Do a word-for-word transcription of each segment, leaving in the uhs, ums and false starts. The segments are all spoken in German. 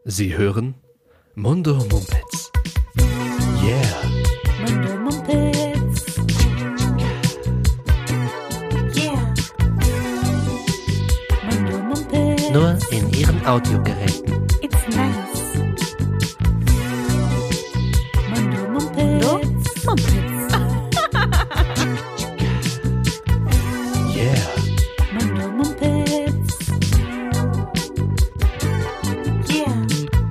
Sie hören Mundo Mumpitz. Yeah. Mundo Mumpitz. Yeah. Mundo Mumpitz. Nur in Ihren Audiogeräten. It's nice. Mundo Mumpitz. Mundo Mumpitz. Yeah. Mundo Mumpitz. Yeah.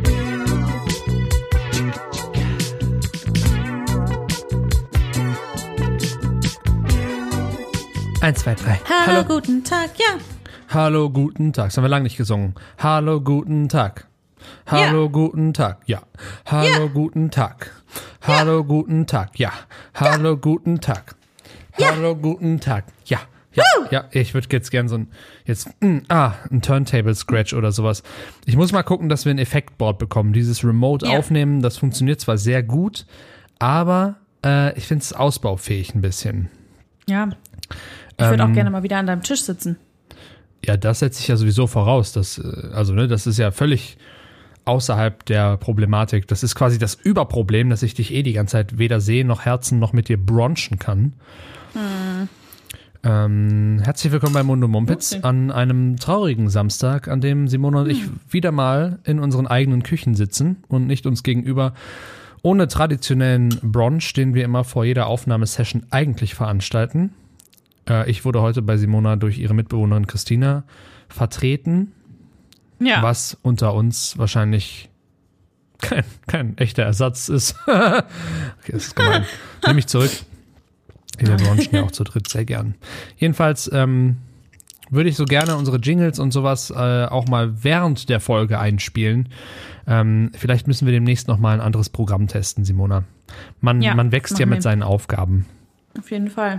Eins, zwei, drei. Hallo, guten Tag, ja. Hallo, guten Tag. Das haben wir lange nicht gesungen. Hallo, guten Tag. Hallo, Ja. guten Tag. Ja. Hallo, Ja. guten Tag. Hallo, guten Tag. Ja. Hallo, guten Tag. Ja. Hallo, guten Tag. Ja. Ja, ja, ich würde jetzt gern so ein, jetzt, mm, ah, ein Turntable-Scratch oder sowas. Ich muss mal gucken, dass wir ein Effektboard bekommen. Dieses Remote Ja. aufnehmen, das funktioniert zwar sehr gut, aber äh, ich finde es ausbaufähig ein bisschen. Ja. Ich würde Ähm, auch gerne mal wieder an deinem Tisch sitzen. Ja, das setze ich ja sowieso voraus. Das, äh, also, ne, das ist ja völlig außerhalb der Problematik. Das ist quasi das Überproblem, dass ich dich eh die ganze Zeit weder sehen noch herzen noch mit dir brunchen kann. Hm. Ähm, herzlich willkommen bei Mundo Mumpitz Okay. an einem traurigen Samstag, an dem Simone und ich wieder mal in unseren eigenen Küchen sitzen und nicht uns gegenüber ohne traditionellen Brunch, den wir immer vor jeder Aufnahmesession eigentlich veranstalten. Äh, ich wurde heute bei Simona durch ihre Mitbewohnerin Christina vertreten, Ja. was unter uns wahrscheinlich kein, kein echter Ersatz ist. Okay, das ist gemein. Nehme ich zurück. Wir brunchen ja auch zu dritt sehr gern. Jedenfalls ähm, würde ich so gerne unsere Jingles und sowas äh, auch mal während der Folge einspielen. Ähm, vielleicht müssen wir demnächst noch mal ein anderes Programm testen, Simona. Man, Ja, man wächst ja machen mit wir. seinen Aufgaben. Auf jeden Fall.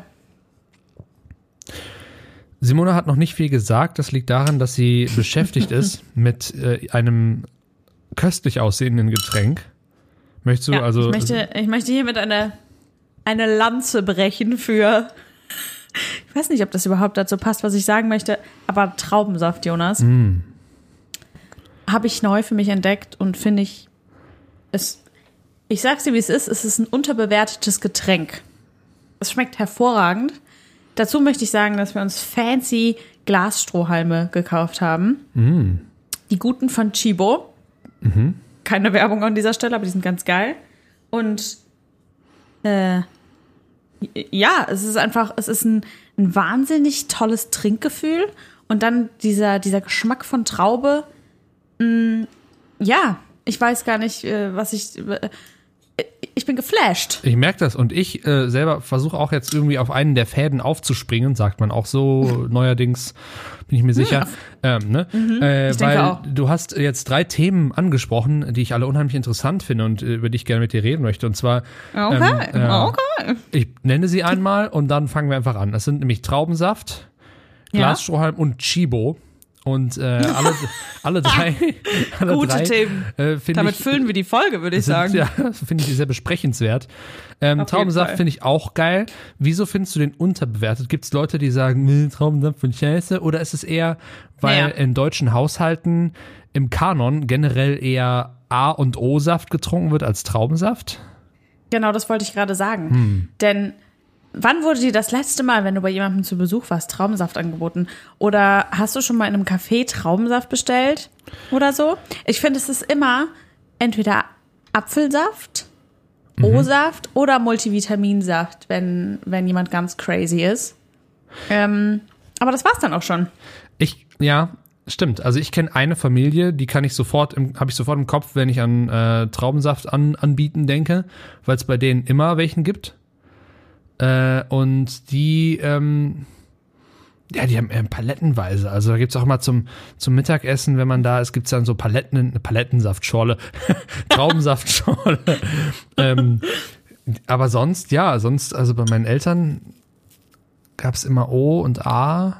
Simona hat noch nicht viel gesagt. Das liegt daran, dass sie beschäftigt ist mit äh, einem köstlich aussehenden Getränk. Möchtest du Ja, also... ich, möchte, ich möchte hiermit eine, eine Lanze brechen für, ich weiß nicht, ob das überhaupt dazu passt, was ich sagen möchte, aber Traubensaft, Jonas, Mm. habe ich neu für mich entdeckt und finde ich, es, ich sag's dir, wie es ist, es ist ein unterbewertetes Getränk. Es schmeckt hervorragend. Dazu möchte ich sagen, dass wir uns fancy Glasstrohhalme gekauft haben. Mm. Die guten von Chibo. Mhm. Keine Werbung an dieser Stelle, aber die sind ganz geil. Und äh, ja, es ist einfach, es ist ein, ein wahnsinnig tolles Trinkgefühl. Und dann dieser, dieser Geschmack von Traube. Mh, ja, ich weiß gar nicht, äh, was ich. Äh, ich bin geflasht. Ich merke das und ich äh, selber versuche auch jetzt irgendwie auf einen der Fäden aufzuspringen, sagt man auch so neuerdings, bin ich mir sicher. Ähm, ne? äh, ich denke weil auch. du hast jetzt drei Themen angesprochen, die ich alle unheimlich interessant finde und äh, über die ich gerne mit dir reden möchte. Und zwar, Okay, ähm, äh, okay. ich nenne sie einmal und dann fangen wir einfach an. Das sind nämlich Traubensaft, Ja. Glasstrohhalm und Chibo. Und äh, alle, alle drei, alle Gute drei Themen. äh, finde Damit ich, füllen wir die Folge, würde ich sind, sagen. ja, finde ich sehr besprechenswert. Ähm, Auf jeden Traubensaft Fall. finde ich auch geil. Wieso findest du den unterbewertet? Gibt es Leute, die sagen, nee, Traubensaft finde ich scheiße? Oder ist es eher, weil Naja. in deutschen Haushalten im Kanon generell eher A- und O-Saft getrunken wird als Traubensaft? Genau, das wollte ich gerade sagen. Hm. Denn wann wurde dir das letzte Mal, wenn du bei jemandem zu Besuch warst, Traubensaft angeboten? Oder hast du schon mal in einem Café Traubensaft bestellt oder so? Ich finde, es ist immer entweder Apfelsaft, Mhm. O-Saft oder Multivitaminsaft, wenn, wenn jemand ganz crazy ist. Ähm, aber das war's dann auch schon. Ich, ja, stimmt. Also ich kenne eine Familie, die kann ich sofort, im, habe ich sofort im Kopf, wenn ich an äh, Traubensaft an, anbieten denke, weil es bei denen immer welchen gibt. Äh, und die, ähm, ja, die haben äh, palettenweise. Also da gibt's auch mal zum, zum Mittagessen, wenn man da ist, gibt's dann so Paletten, eine Palettensaftschorle, Traubensaftschorle. ähm, aber sonst, ja, sonst, also bei meinen Eltern gab's immer O und A.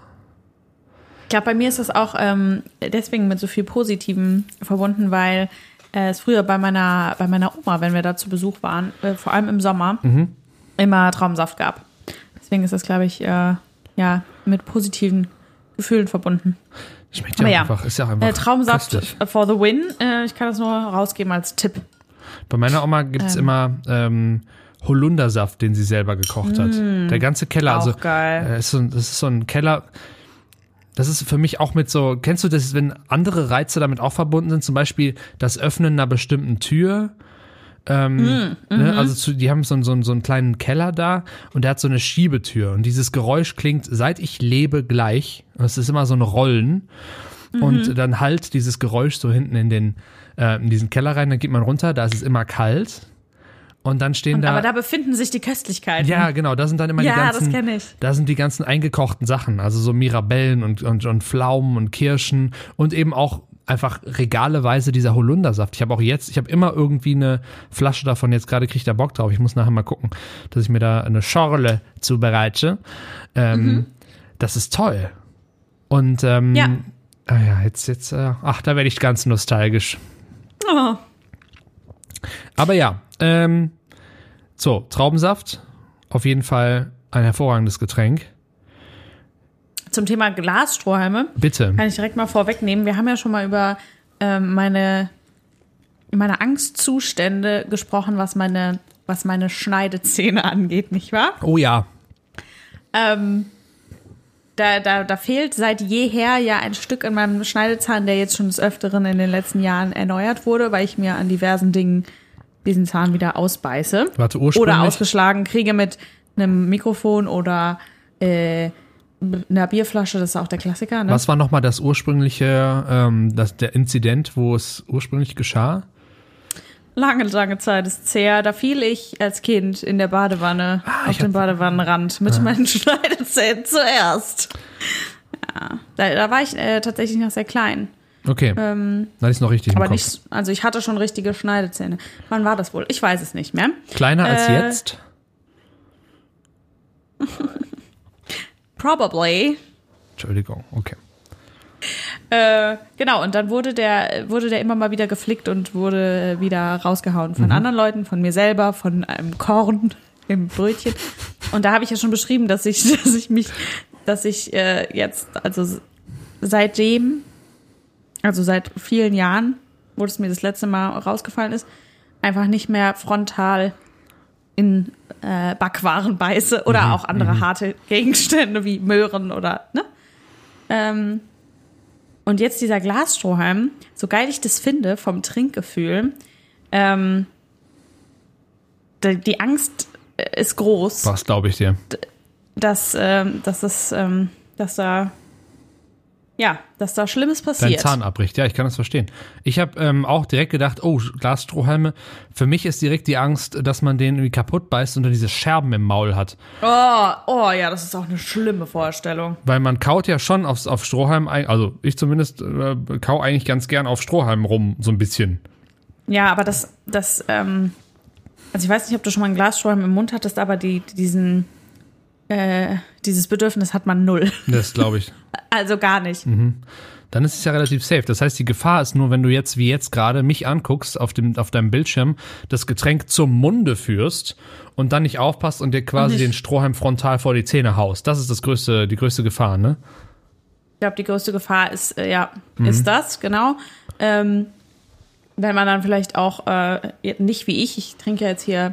Ich glaube, bei mir ist das auch ähm, deswegen mit so viel Positivem verbunden, weil äh, es früher bei meiner, bei meiner Oma, wenn wir da zu Besuch waren, äh, vor allem im Sommer, Mhm. immer Traubensaft gab. Deswegen ist das, glaube ich, äh, ja, mit positiven Gefühlen verbunden. Schmeckt ja, ja einfach, ist ja auch einfach äh, Traubensaft köstlich. for the win. Äh, ich kann das nur rausgeben als Tipp. Bei meiner Oma gibt's ähm. immer ähm, Holundersaft, den sie selber gekocht hat. Mm, Der ganze Keller. Auch also, geil. Äh, ist so, das ist so ein Keller. Das ist für mich auch mit so, kennst du das, wenn andere Reize damit auch verbunden sind, zum Beispiel das Öffnen einer bestimmten Tür. Ähm, mm, ne? Also zu, die haben so, so, so einen kleinen Keller da und der hat so eine Schiebetür und dieses Geräusch klingt, seit ich lebe, gleich. Es ist immer so ein Rollen mm-hmm. und dann halt dieses Geräusch so hinten in den äh, in diesen Keller rein, dann geht man runter, da ist es immer kalt und dann stehen und, da... Aber da befinden sich die Köstlichkeiten. Ja, genau, da sind dann immer ja, die ganzen... das kenn ich. Da sind die ganzen eingekochten Sachen, also so Mirabellen und, und, und Pflaumen und Kirschen und eben auch einfach regaleweise dieser Holundersaft. Ich habe auch jetzt, ich habe immer irgendwie eine Flasche davon, jetzt gerade kriege ich da Bock drauf. Ich muss nachher mal gucken, dass ich mir da eine Schorle zubereite. Ähm, mhm. Das ist toll. Und ähm, ja. Ah ja, jetzt, jetzt, äh, ach, da werde ich ganz nostalgisch. Oh. Aber ja, ähm, so, Traubensaft, auf jeden Fall ein hervorragendes Getränk. Zum Thema Glasstrohhalme. Bitte. Kann ich direkt mal vorwegnehmen. Wir haben ja schon mal über ähm, meine, meine Angstzustände gesprochen, was meine, was meine Schneidezähne angeht, nicht wahr? Oh ja. Ähm, da, da, da fehlt seit jeher ja ein Stück in meinem Schneidezahn, der jetzt schon des Öfteren in den letzten Jahren erneuert wurde, weil ich mir an diversen Dingen diesen Zahn wieder ausbeiße. Warte, ursprünglich? Oder ausgeschlagen kriege mit einem Mikrofon oder äh, einer Bierflasche, das ist auch der Klassiker. Ne? Was war nochmal das ursprüngliche, ähm, das, der Inzident, wo es ursprünglich geschah? Lange, lange Zeit ist es her. Da fiel ich als Kind in der Badewanne ah, auf den Badewannenrand mit ah. meinen Schneidezähnen zuerst. Ja, da, da war ich äh, tatsächlich noch sehr klein. Okay, ähm, dann ist noch richtig im aber Kopf. Nicht, also ich hatte schon richtige Schneidezähne. Wann war das wohl? Ich weiß es nicht mehr. Kleiner als äh, jetzt? Probably. Entschuldigung, okay. Äh, genau, und dann wurde der, wurde der immer mal wieder geflickt und wurde wieder rausgehauen von mhm. anderen Leuten, von mir selber, von einem Korn im Brötchen. Und da habe ich ja schon beschrieben, dass ich, dass ich mich, dass ich äh, jetzt, also seitdem, also seit vielen Jahren, wo es mir das letzte Mal rausgefallen ist, einfach nicht mehr frontal in äh, Backwaren beiße oder mhm, auch andere mhm. harte Gegenstände wie Möhren oder, ne? Ähm, und jetzt dieser Glasstrohhalm, so geil ich das finde vom Trinkgefühl, ähm, die, die Angst ist groß. Was glaube ich dir? Dass, ähm, dass das, ähm, dass da Ja, dass da Schlimmes passiert. Dein Zahn abbricht, ja, ich kann das verstehen. Ich habe ähm, auch direkt gedacht, oh, Glasstrohhalme, für mich ist direkt die Angst, dass man den irgendwie kaputt beißt und dann diese Scherben im Maul hat. Oh, oh ja, das ist auch eine schlimme Vorstellung. Weil man kaut ja schon aufs, auf Strohhalm, also ich zumindest äh, kau eigentlich ganz gern auf Strohhalm rum, so ein bisschen. Ja, aber das, das, ähm, also ich weiß nicht, ob du schon mal einen Glasstrohhalm im Mund hattest, aber die, diesen, äh, dieses Bedürfnis hat man null. Das glaube ich. Also gar nicht. Mhm. Dann ist es ja relativ safe. Das heißt, die Gefahr ist nur, wenn du jetzt wie jetzt gerade mich anguckst auf dem auf deinem Bildschirm, das Getränk zum Munde führst und dann nicht aufpasst und dir quasi und den Strohhalm frontal vor die Zähne haust. Das ist das größte, die größte Gefahr, ne? Ich glaube, die größte Gefahr ist, äh, ja, mhm. ist das, genau. Ähm, wenn man dann vielleicht auch, äh, nicht wie ich, ich trinke ja jetzt hier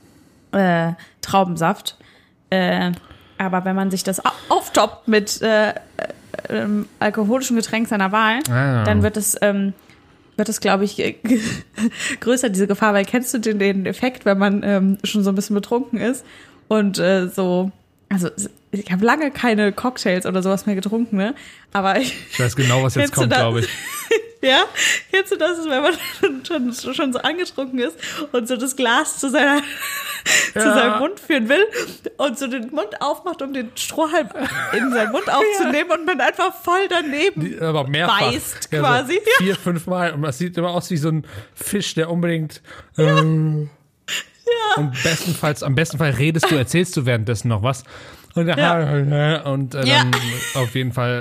äh, Traubensaft, äh, aber wenn man sich das auftoppt mit äh, ähm, alkoholischem Getränk seiner Wahl, ah. dann wird es, ähm, wird es, glaube ich, größer, diese Gefahr. Weil kennst du den, den Effekt, wenn man ähm, schon so ein bisschen betrunken ist und äh, so, also ich habe lange keine Cocktails oder sowas mehr getrunken, ne? Aber ich, ich weiß genau, was jetzt kommt, glaube ich. Ja, kennst du das, wenn man schon, schon, schon so angetrunken ist und so das Glas zu, seiner, ja. zu seinem Mund führen will und so den Mund aufmacht, um den Strohhalm in seinen Mund aufzunehmen ja. und man einfach voll daneben Die, aber mehrfach. beißt quasi. Ja, so vier, fünf Mal und das sieht immer aus wie so ein Fisch, der unbedingt ja. Ähm, ja. und bestenfalls, am besten Fall redest du, erzählst du währenddessen noch was und, ja. und äh, dann ja. auf jeden Fall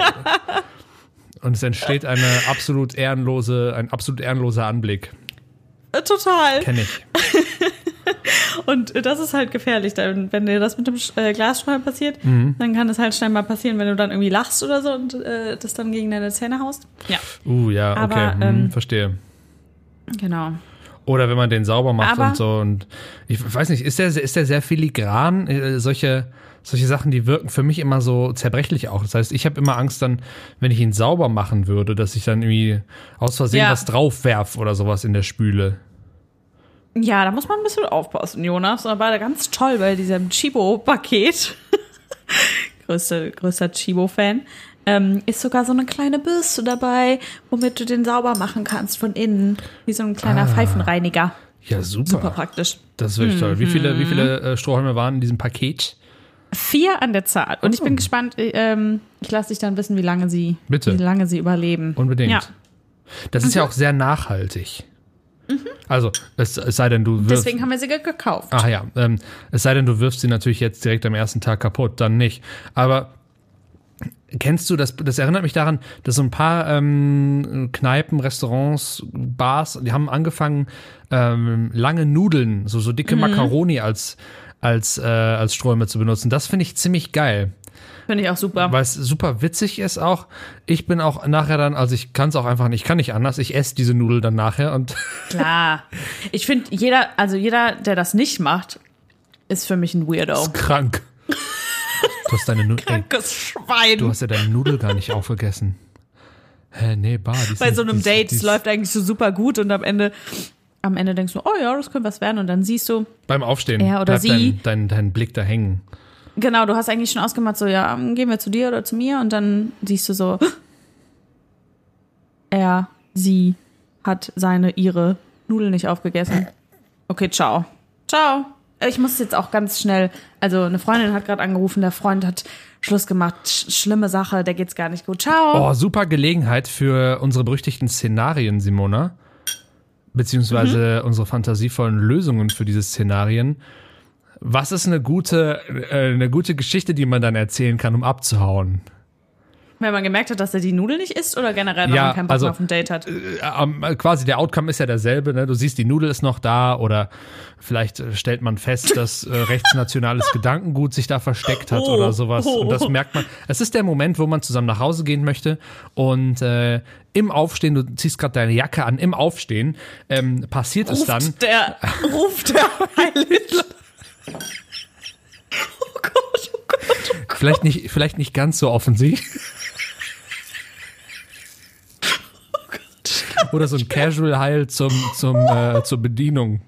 und es entsteht eine absolut ehrenlose, ein absolut ehrenloser Anblick. Total. Kenn ich. Und das ist halt gefährlich. Wenn dir das mit dem äh, Glasschreiber passiert, mhm. dann kann es halt schnell mal passieren, wenn du dann irgendwie lachst oder so und äh, das dann gegen deine Zähne haust. Ja. Uh, ja, okay, Aber, hm, ähm, verstehe. Genau. Oder wenn man den sauber macht Aber, und so. Und ich weiß nicht, ist der, ist der sehr filigran? Äh, solche, solche Sachen, die wirken für mich immer so zerbrechlich auch. Das heißt, ich habe immer Angst dann, wenn ich ihn sauber machen würde, dass ich dann irgendwie aus Versehen ja. was draufwerf oder sowas in der Spüle. Ja, da muss man ein bisschen aufpassen, Jonas. Aber ganz toll bei diesem Chibo-Paket. größter, größter Chibo-Fan. Ähm, ist sogar so eine kleine Bürste dabei, womit du den sauber machen kannst von innen. Wie so ein kleiner ah, Pfeifenreiniger. Ja, super. Super praktisch. Das ist wirklich mhm. toll. Wie viele, wie viele äh, Strohhalme waren in diesem Paket? Vier an der Zahl. Und oh. ich bin gespannt, ähm, ich lasse dich dann wissen, wie lange sie, Bitte. wie lange sie überleben. Unbedingt. Ja. Das ist mhm. ja auch sehr nachhaltig. Mhm. Also, es, es sei denn, du wirfst. Deswegen haben wir sie gekauft. Ach ja, ähm, es sei denn, du wirfst sie natürlich jetzt direkt am ersten Tag kaputt, dann nicht. Aber kennst du das? Das erinnert mich daran, dass so ein paar ähm, Kneipen, Restaurants, Bars, die haben angefangen, ähm, lange Nudeln, so so dicke mhm. Macaroni als als äh, als Ströme zu benutzen. Das finde ich ziemlich geil. Finde ich auch super. Weil es super witzig ist auch. Ich bin auch nachher dann, also ich kann es auch einfach nicht, ich kann nicht anders. Ich esse diese Nudel dann nachher und klar. Ich finde, jeder, also jeder, der das nicht macht, ist für mich ein Weirdo. Ist krank. Du hast deine Nudel. Krankes Schwein. Du hast ja deine Nudel gar nicht aufgegessen. Hä, nee, bar. Die Bei sind, so einem die, Date, die, es läuft eigentlich so super gut und am Ende, am Ende denkst du, oh ja, das könnte was werden und dann siehst du. Beim Aufstehen er oder bleibt sie. Dein, dein, dein Blick da hängen. Genau, du hast eigentlich schon ausgemacht, so, ja, gehen wir zu dir oder zu mir und dann siehst du so, er, sie hat seine, ihre Nudel nicht aufgegessen. Okay, ciao. Ciao. Ich muss jetzt auch ganz schnell, also eine Freundin hat gerade angerufen, der Freund hat Schluss gemacht, Sch- schlimme Sache, der geht's gar nicht gut. Ciao. Oh, super Gelegenheit für unsere berüchtigten Szenarien, Simona. Beziehungsweise mhm. unsere fantasievollen Lösungen für diese Szenarien. Was ist eine gute, äh, eine gute Geschichte, die man dann erzählen kann, um abzuhauen? Wenn man gemerkt hat, dass er die Nudel nicht isst oder generell, wenn ja, man keinen Bock also, mehr auf ein Date hat? Äh, äh, quasi der Outcome ist ja derselbe. Ne? Du siehst, die Nudel ist noch da oder vielleicht stellt man fest, dass äh, rechtsnationales Gedankengut sich da versteckt hat oh, oder sowas. Oh, oh. Und das merkt man. Es ist der Moment, wo man zusammen nach Hause gehen möchte und äh, im Aufstehen, du ziehst gerade deine Jacke an, im Aufstehen ähm, passiert ruft es dann. Der, ruft der Heilige. Oh Gott, oh Gott, oh Gott. Vielleicht nicht, vielleicht nicht ganz so offensiv. Oh Gott. Oder so ein Casual Heil zum, zum, äh, zur Bedienung.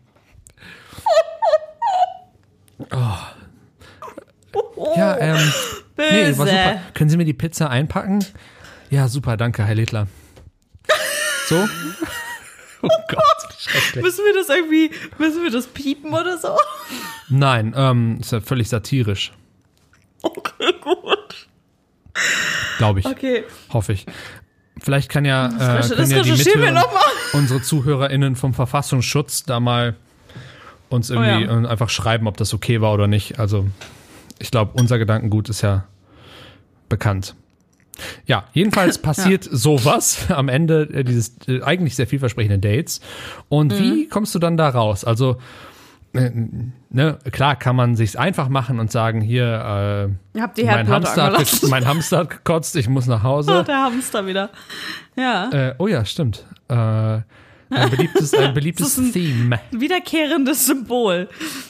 Oh. Ja, ähm. Böse. Nee, war super. Können Sie mir die Pizza einpacken? Ja, super, danke, Herr Ledler. So? Oh Gott, schrecklich. Müssen wir das irgendwie, müssen wir das piepen oder so? Nein, ähm, ist ja völlig satirisch. Okay, gut. Glaube ich. Okay. Hoffe ich. Vielleicht kann ja, das äh, können ja die wir noch mal. unsere ZuhörerInnen vom Verfassungsschutz da mal uns irgendwie oh ja. einfach schreiben, ob das okay war oder nicht. Also, ich glaube, unser Gedankengut ist ja bekannt. Ja, jedenfalls passiert ja. sowas am Ende dieses äh, eigentlich sehr vielversprechenden Dates. Und mhm. wie kommst du dann da raus? Also, äh, ne, klar kann man sich's einfach machen und sagen, hier, äh, Habt die mein, Hamster hat ge- mein Hamster hat gekotzt, ich muss nach Hause. Oh, der Hamster wieder. Ja. Äh, oh ja, stimmt. Äh, ein beliebtes, ein beliebtes ein Theme. Wiederkehrendes Symbol.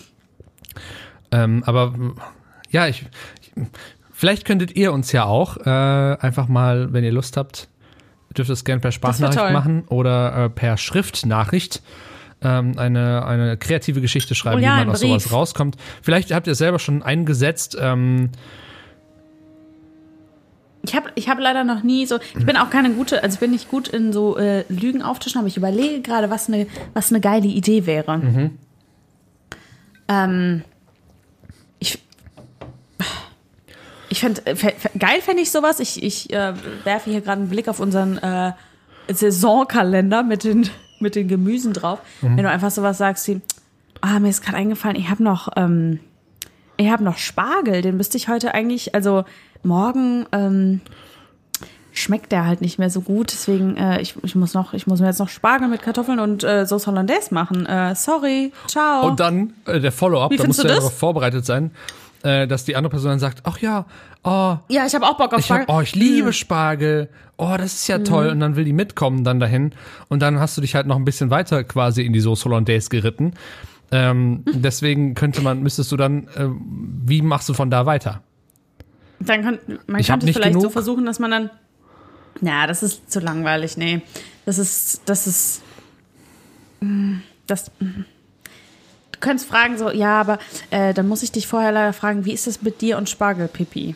Ähm, aber ja, ich, ich vielleicht könntet ihr uns ja auch äh, einfach mal, wenn ihr Lust habt, dürft ihr es gerne per Sprachnachricht machen oder äh, per Schriftnachricht ähm, eine, eine kreative Geschichte schreiben, oh ja, wie man aus sowas rauskommt. Vielleicht habt ihr es selber schon eingesetzt. Ähm, ich habe ich hab leider noch nie so, ich bin auch keine gute, also ich bin nicht gut in so äh, Lügen auftischen, aber ich überlege gerade, was eine was eine geile Idee wäre. Mhm. Ähm, ich Ich fände, geil fände ich sowas. Ich, ich äh, werfe hier gerade einen Blick auf unseren äh, Saisonkalender mit den, mit den Gemüsen drauf. Mhm. Wenn du einfach sowas sagst wie, ah, mir ist gerade eingefallen, ich habe noch, ähm, ich habe noch Spargel, den müsste ich heute eigentlich, also morgen ähm, schmeckt der halt nicht mehr so gut. Deswegen, äh, ich, ich, muss noch, ich muss mir jetzt noch Spargel mit Kartoffeln und äh, Sauce Hollandaise machen. Äh, sorry, ciao. Und dann äh, der Follow-up, Wie da musst du findest du ja das? darauf vorbereitet sein, äh, dass die andere Person dann sagt, ach ja, oh, Ja, ich habe auch Bock auf ich, Spargel. hab, oh, ich liebe Spargel, oh, das ist ja toll. Und dann will die mitkommen dann dahin. Und dann hast du dich halt noch ein bisschen weiter quasi in die Sauce Hollandaise geritten. Ähm, deswegen könnte man, müsstest du dann, äh, wie machst du von da weiter? Dann kann, man Ich hab könnte es nicht vielleicht so genug. versuchen, dass man dann. Na, das ist zu langweilig, nee. Das ist, das ist. mm, Das. mm. Du könntest fragen, so, ja, aber äh, dann muss ich dich vorher leider fragen, wie ist es mit dir und Spargelpipi?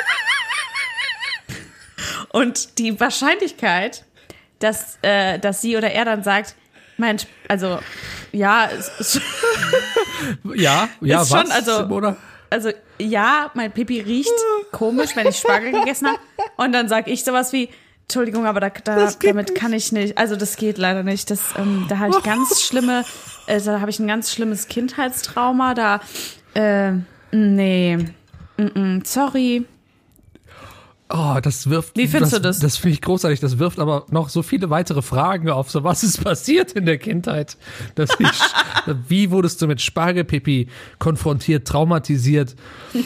Und die Wahrscheinlichkeit, dass, äh, dass sie oder er dann sagt, mein, Sp- also, ja, es ist, Ja, ja, Ist was? schon, also- Oder? also, ja, mein Pipi riecht komisch, wenn ich Spargel gegessen habe. Und dann sage ich sowas wie, Entschuldigung, aber da, da, damit kann ich nicht, also das geht leider nicht. Das, ähm, da habe ich ganz schlimme, äh, da habe ich ein ganz schlimmes Kindheitstrauma. Da, äh, nee, mm, mm, sorry. Oh, das wirft. Wie findest das, du das? Das finde ich großartig. Das wirft aber noch so viele weitere Fragen auf. So, was ist passiert in der Kindheit? Dass ich, wie wurdest du mit Spargelpipi konfrontiert, traumatisiert?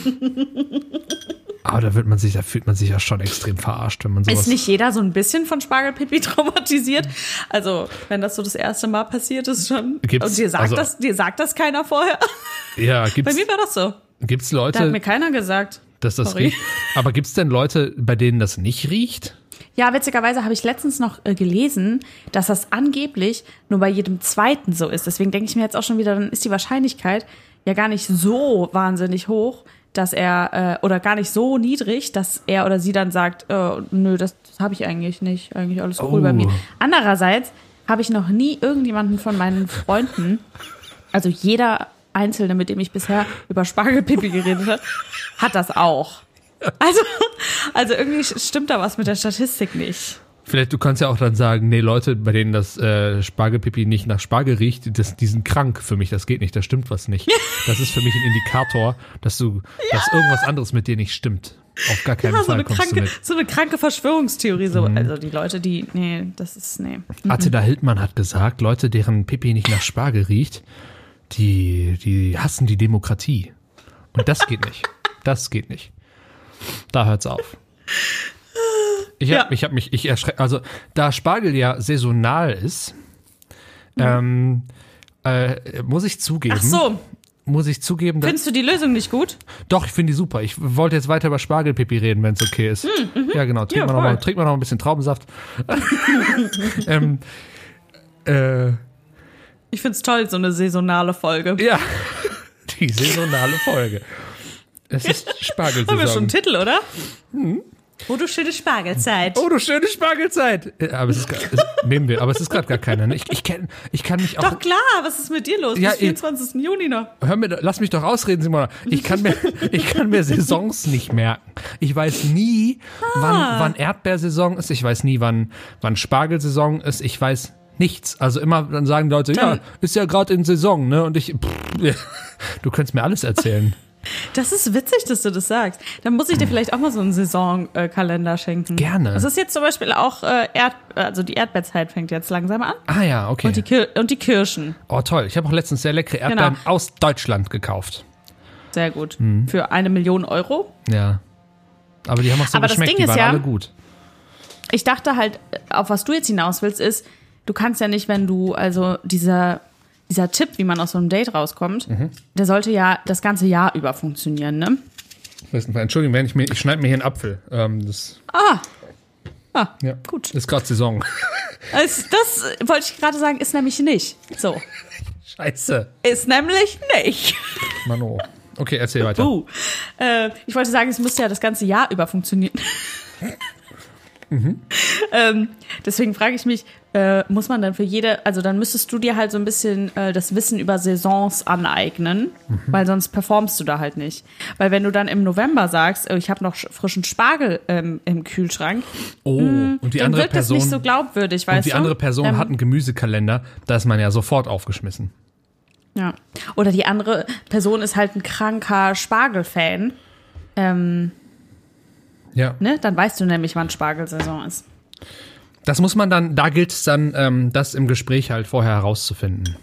Aber da wird man sich, da fühlt man sich ja schon extrem verarscht, wenn man sowas. Ist nicht jeder so ein bisschen von Spargelpipi traumatisiert? Also, wenn das so das erste Mal passiert ist schon. Gibt's, und dir sagt, also- das, dir sagt das keiner vorher? Ja, Bei gibt's, mir war das so. gibt's Da hat mir Leute, keiner gesagt. dass das Sorry. riecht? Aber gibt's denn Leute, bei denen das nicht riecht? Ja, witzigerweise habe ich letztens noch äh, gelesen, dass das angeblich nur bei jedem Zweiten so ist. Deswegen denke ich mir jetzt auch schon wieder, dann ist die Wahrscheinlichkeit ja gar nicht so wahnsinnig hoch, dass er, äh, oder gar nicht so niedrig, dass er oder sie dann sagt, äh, nö, das, das habe ich eigentlich nicht, eigentlich alles cool Oh. bei mir. Andererseits habe ich noch nie irgendjemanden von meinen Freunden, also jeder Einzelne, mit dem ich bisher über Spargelpipi geredet habe, hat das auch. Also, also irgendwie stimmt da was mit der Statistik nicht. Vielleicht, du kannst ja auch dann sagen, nee, Leute, bei denen das äh, Spargelpipi nicht nach Spargel riecht, das, die sind krank für mich, das geht nicht, da stimmt was nicht. Das ist für mich ein Indikator, dass du, dass irgendwas anderes mit dir nicht stimmt. Auf gar keinen Ja, so Fall eine, kommst du kranke, mit. so eine kranke Verschwörungstheorie. So. Also die Leute, die, nee, das ist, nee. Attila Hildmann hat gesagt, Leute, deren Pipi nicht nach Spargel riecht, die, die hassen die Demokratie. Und das geht nicht. Das geht nicht. Da hört's auf. Ich hab, Ja. ich hab mich, ich erschrecke, also da Spargel ja saisonal ist, ähm, äh, muss ich zugeben, Ach so, muss ich zugeben, dass, findest du die Lösung nicht gut? doch, ich finde die super. Ich wollte jetzt weiter über Spargelpipi reden, wenn es okay ist. Ja, genau. Trinken Ja, wir noch mal, voll. trinken wir noch ein bisschen Traubensaft. ähm, äh, Ich find's toll, so eine saisonale Folge. ja, die saisonale Folge. Es ist Haben wir schon Spargelsaison. einen Titel, oder? Oh, du schöne Spargelzeit. Oh, du schöne Spargelzeit. Äh, Aber es ist, grad- es, nehmen wir, aber es ist gerade gar keiner. Ne? Ich, ich, kenn, ich kann mich auch. Doch klar, was ist mit dir los? Ja, Bis vierundzwanzigsten Juni noch. Hör mir, lass mich doch ausreden, Simona. Ich kann mir, ich kann mir Saisons nicht merken. Ich weiß nie, wann, wann Erdbeersaison ist. Ich weiß nie, wann, wann Spargelsaison ist. Ich weiß nichts. Also immer dann sagen die Leute, Dann- ja, ist ja gerade in Saison, ne? Und ich, pff, du könntest mir alles erzählen. Das ist witzig, dass du das sagst. Dann muss ich dir vielleicht auch mal so einen Saisonkalender schenken. Gerne. Das ist jetzt zum Beispiel auch äh, Erd, also die Erdbeerzeit fängt jetzt langsam an. Ah ja, okay. Und die, Kir und die Kirschen. Oh toll. Ich habe auch letztens sehr leckere Erdbeeren Genau. aus Deutschland gekauft. Sehr gut. Mhm. Für eine Million Euro. Ja. Aber die haben auch so Aber das geschmeckt, Ding die ist waren ja- alle gut. Ich dachte halt, auf was du jetzt hinaus willst, ist, du kannst ja nicht, wenn du, also dieser, dieser Tipp, wie man aus so einem Date rauskommt, Mhm. der sollte ja das ganze Jahr über funktionieren, ne? Entschuldigung, wenn ich mir, ich schneide mir hier einen Apfel. Ähm, das, Ah, ja. gut. Ist gerade Saison. Das, das wollte ich gerade sagen, ist nämlich nicht. So. Scheiße. Ist nämlich nicht. Mano. Okay, erzähl weiter. Uh. Äh, ich wollte sagen, es müsste ja das ganze Jahr über funktionieren. ähm, deswegen frage ich mich, äh, muss man dann für jede, also dann müsstest du dir halt so ein bisschen äh, das Wissen über Saisons aneignen, weil sonst performst du da halt nicht. Weil wenn du dann im November sagst, äh, ich habe noch sch- frischen Spargel ähm, im Kühlschrank, Oh, und die dann andere wirkt das Person, nicht so glaubwürdig, weißt und die du? andere Person Ähm, hat einen Gemüsekalender, da ist man ja sofort aufgeschmissen. Ja. Oder die andere Person ist halt ein kranker Spargelfan. Ähm, Ja. Ne? Dann weißt du nämlich, wann Spargelsaison ist. Das muss man dann, da gilt es dann, ähm, das im Gespräch halt vorher herauszufinden.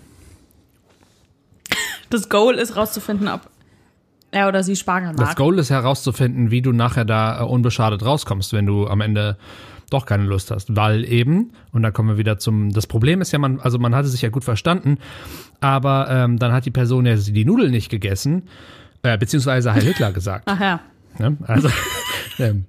Das Goal ist rauszufinden, ob er oder sie Spargel mag. Das Goal ist herauszufinden, wie du nachher da äh, unbeschadet rauskommst, wenn du am Ende doch keine Lust hast. Weil eben, und da kommen wir wieder zum, das Problem ist ja, man, also man hatte sich ja gut verstanden, aber ähm, dann hat die Person ja die Nudeln nicht gegessen, äh, beziehungsweise Heil Hitler gesagt. Ach ja. Ne? Also, ähm,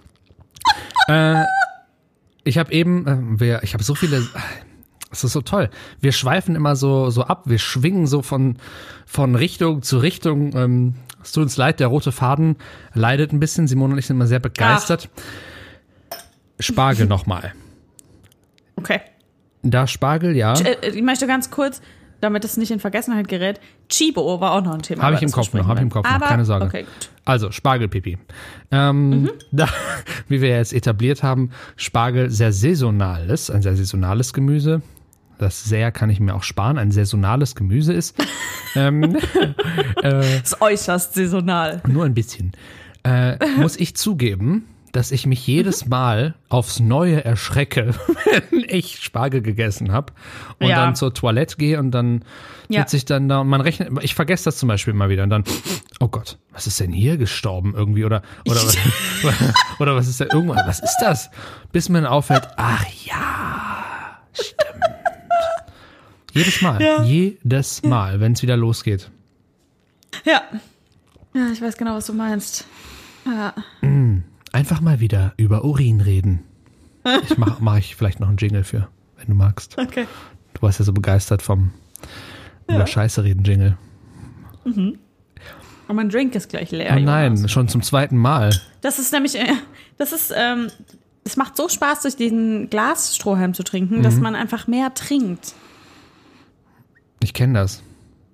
äh, ich habe eben, äh, wir, ich habe so viele, es ist so toll. Wir schweifen immer so, so ab, wir schwingen so von, von Richtung zu Richtung. Ähm, es tut uns leid, der rote Faden leidet ein bisschen. Simone und ich sind immer sehr begeistert. Ach. Spargel nochmal. Okay. Da Spargel, ja. Ich möchte ganz kurz, damit es nicht in Vergessenheit gerät, Chibo war auch noch ein Thema. Habe ich im Kopf noch, habe ich im Kopf noch, keine Sorge. Okay, gut. Also, Spargelpipi. Ähm, mhm. da, wie wir jetzt etabliert haben, Spargel sehr saisonales, ein sehr saisonales Gemüse. Das sehr kann ich mir auch sparen, ein saisonales Gemüse ist. ähm, äh, ist äußerst saisonal. Nur ein bisschen. Äh, muss ich zugeben, dass ich mich jedes Mal aufs Neue erschrecke, wenn ich Spargel gegessen habe und ja. dann zur Toilette gehe und dann ja. sitze ich dann da und man rechnet, ich vergesse das zum Beispiel immer wieder und dann, oh Gott, was ist denn hier gestorben irgendwie oder oder was, oder was ist denn irgendwas, was ist das? Bis mir dann auffällt, ach ja, stimmt. Jedes Mal, ja. jedes Mal, wenn es wieder losgeht. Ja. Ja, ich weiß genau, was du meinst. Ja. Mm. Einfach mal wieder über Urin reden. Ich mache mach ich vielleicht noch einen Jingle für, wenn du magst. Okay. Du warst ja so begeistert vom ja. über Scheiße reden Jingle. Mhm. Und mein Drink ist gleich leer. Oh nein, Jonas. Schon zum zweiten Mal. Das ist nämlich, das ist, ähm, es macht so Spaß, durch diesen Glasstrohhalm zu trinken, mhm. dass man einfach mehr trinkt. Ich kenne das.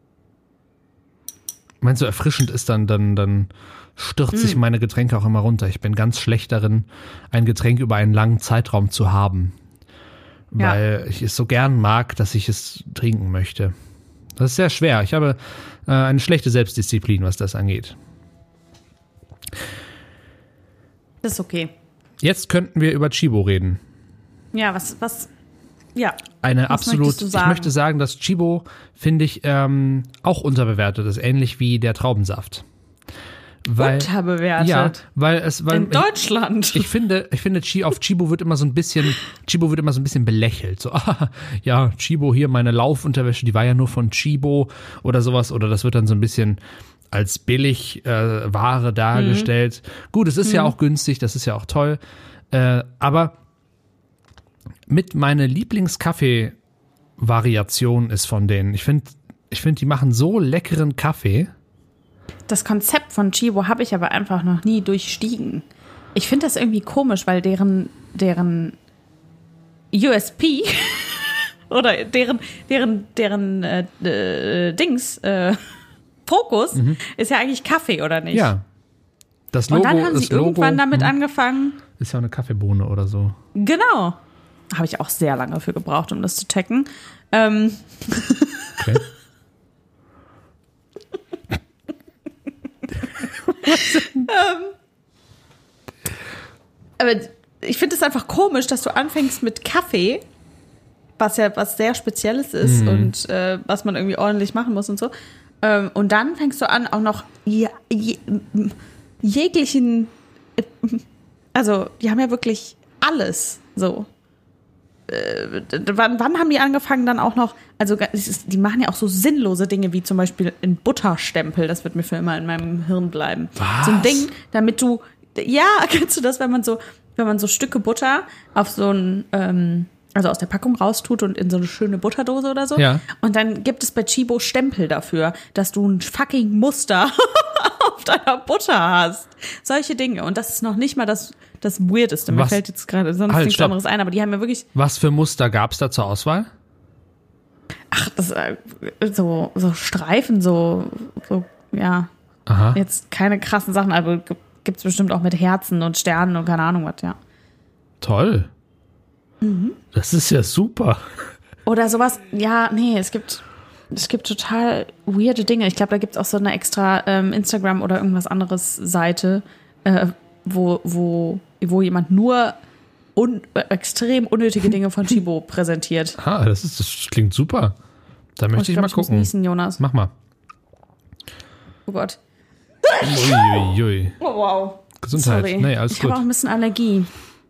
Meinst du, erfrischend ist dann, dann, dann stürzt sich meine Getränke auch immer runter. Ich bin ganz schlecht darin, ein Getränk über einen langen Zeitraum zu haben. Weil ja. ich es so gern mag, dass ich es trinken möchte. Das ist sehr schwer. Ich habe äh, eine schlechte Selbstdisziplin, was das angeht. Das ist okay. Jetzt könnten wir über Chibo reden. Ja, was, was, ja. Eine was absolut, ich möchte sagen, dass Chibo, finde ich, ähm, auch unterbewertet ist, ähnlich wie der Traubensaft. Weil, unterbewertet. Ja, weil es, weil in Deutschland. Ich, ich finde, ich finde, auf Chibo wird immer so ein bisschen, Chibo wird immer so ein bisschen belächelt. So, ah, ja, Chibo hier, meine Laufunterwäsche, die war ja nur von Chibo oder sowas. Oder das wird dann so ein bisschen als billig äh, Ware dargestellt. Mhm. Gut, es ist mhm. ja auch günstig, das ist ja auch toll. Äh, aber mit meiner Lieblingskaffee-Variation ist von denen. Ich finde, ich finde, die machen so leckeren Kaffee. Das Konzept von Chibo habe ich aber einfach noch nie durchstiegen. Ich finde das irgendwie komisch, weil deren, deren U S P oder deren, deren, deren äh, äh, Dings, äh, Fokus mhm. ist ja eigentlich Kaffee, oder nicht? Ja. Das Logo, und dann haben sie Logo, irgendwann damit mh. angefangen. Ist ja eine Kaffeebohne oder so. Genau. Habe ich auch sehr lange für gebraucht, um das zu checken. Ähm. Okay. ähm, aber ich finde es einfach komisch, dass du anfängst mit Kaffee, was ja was sehr Spezielles ist mhm. und äh, was man irgendwie ordentlich machen muss und so. Ähm, und dann fängst du an, auch noch je, je, jeglichen, also die haben ja wirklich alles so. Äh, wann, wann haben die angefangen dann auch noch, also die machen ja auch so sinnlose Dinge wie zum Beispiel ein Butterstempel, das wird mir für immer in meinem Hirn bleiben. Was? So ein Ding, damit du, ja, kennst du das, wenn man so, wenn man so Stücke Butter auf so ein, ähm, also aus der Packung raustut und in so eine schöne Butterdose oder so. Ja. Und dann gibt es bei Chibo Stempel dafür, dass du ein fucking Muster auf deiner Butter hast. Solche Dinge. Und das ist noch nicht mal das, das Weirdeste. Mir Was? fällt jetzt gerade sonst halt, nichts stopp. anderes ein, aber die haben ja wirklich. Was für Muster gab es da zur Auswahl? Ach, das äh, so, so Streifen, so, so, ja. Aha. Jetzt keine krassen Sachen, aber gibt es bestimmt auch mit Herzen und Sternen und keine Ahnung was, ja. Toll. Mhm. Das ist ja super. Oder sowas, ja, nee, es gibt, es gibt total weirde Dinge. Ich glaube, da gibt es auch so eine extra ähm, Instagram oder irgendwas anderes Seite, äh, wo, wo, wo jemand nur un, extrem unnötige Dinge von Chibo präsentiert. Ah, das, ist, das klingt super. Da möchte oh, ich, ich glaub, mal ich muss gucken. niesen, Jonas. Mach mal. Oh Gott. Uiuiui. Oh, wow. Gesundheit. Sorry. Nee, alles ich gut. habe auch ein bisschen Allergie.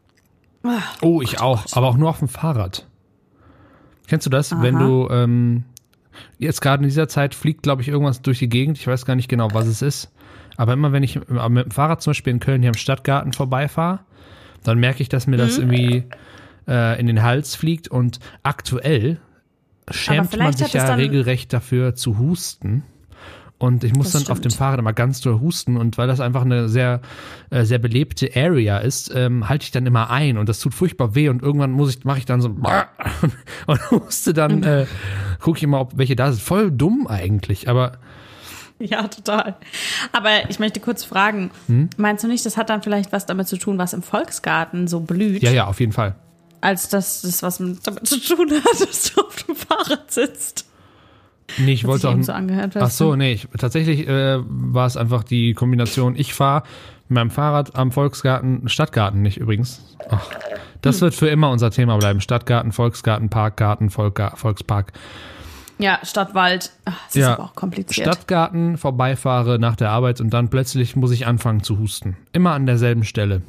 Oh, ich auch. Aber auch nur auf dem Fahrrad. Kennst du das? Aha. Wenn du ähm, jetzt gerade in dieser Zeit fliegt, glaube ich, irgendwas durch die Gegend. Ich weiß gar nicht genau, was es ist. Aber immer, wenn ich mit dem Fahrrad zum Beispiel in Köln hier am Stadtgarten vorbeifahre, dann merke ich, dass mir das Mhm. irgendwie äh, in den Hals fliegt. Und aktuell schämt man vielleicht sich hat es ja dann- regelrecht dafür zu husten. Und ich muss Das dann auf dem stimmt. Fahrrad immer ganz doll husten. Und weil das einfach eine sehr, äh, sehr belebte Area ist, ähm, halte ich dann immer ein. Und das tut furchtbar weh. Und irgendwann muss ich, mache ich dann so und huste dann, äh, gucke ich immer, ob welche da sind. Voll dumm eigentlich. Aber Ja, total. Aber ich möchte kurz fragen, Hm? meinst du nicht, das hat dann vielleicht was damit zu tun, was im Volksgarten so blüht, ja, ja, auf jeden Fall. als dass das was mit, damit zu tun hat, dass du auf dem Fahrrad sitzt? Nee, ich Hat wollte sich auch. eben so angehört, weißt Ach so, du? nee, ich, tatsächlich äh, war es einfach die Kombination. Ich fahre mit meinem Fahrrad am Volksgarten, Stadtgarten nicht übrigens. Ach, das wird für immer unser Thema bleiben. Stadtgarten, Volksgarten, Parkgarten, Volkga- Volkspark. Ja, Stadtwald. Ach, das Ja, ist aber auch kompliziert. Stadtgarten vorbeifahre nach der Arbeit und dann plötzlich muss ich anfangen zu husten. Immer an derselben Stelle.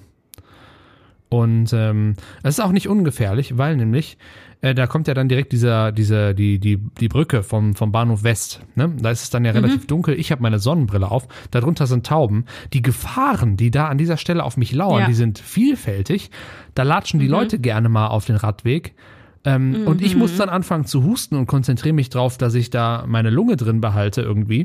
Und ähm, es ist auch nicht ungefährlich, weil nämlich äh, da kommt ja dann direkt dieser, dieser, die, die, die Brücke vom, vom Bahnhof West. Ne? Da ist es dann ja relativ dunkel. Ich habe meine Sonnenbrille auf. Darunter sind Tauben. Die Gefahren, die da an dieser Stelle auf mich lauern, Ja. die sind vielfältig. Da latschen die Leute gerne mal auf den Radweg. Ähm, Und ich muss dann anfangen zu husten und konzentriere mich drauf, dass ich da meine Lunge drin behalte irgendwie.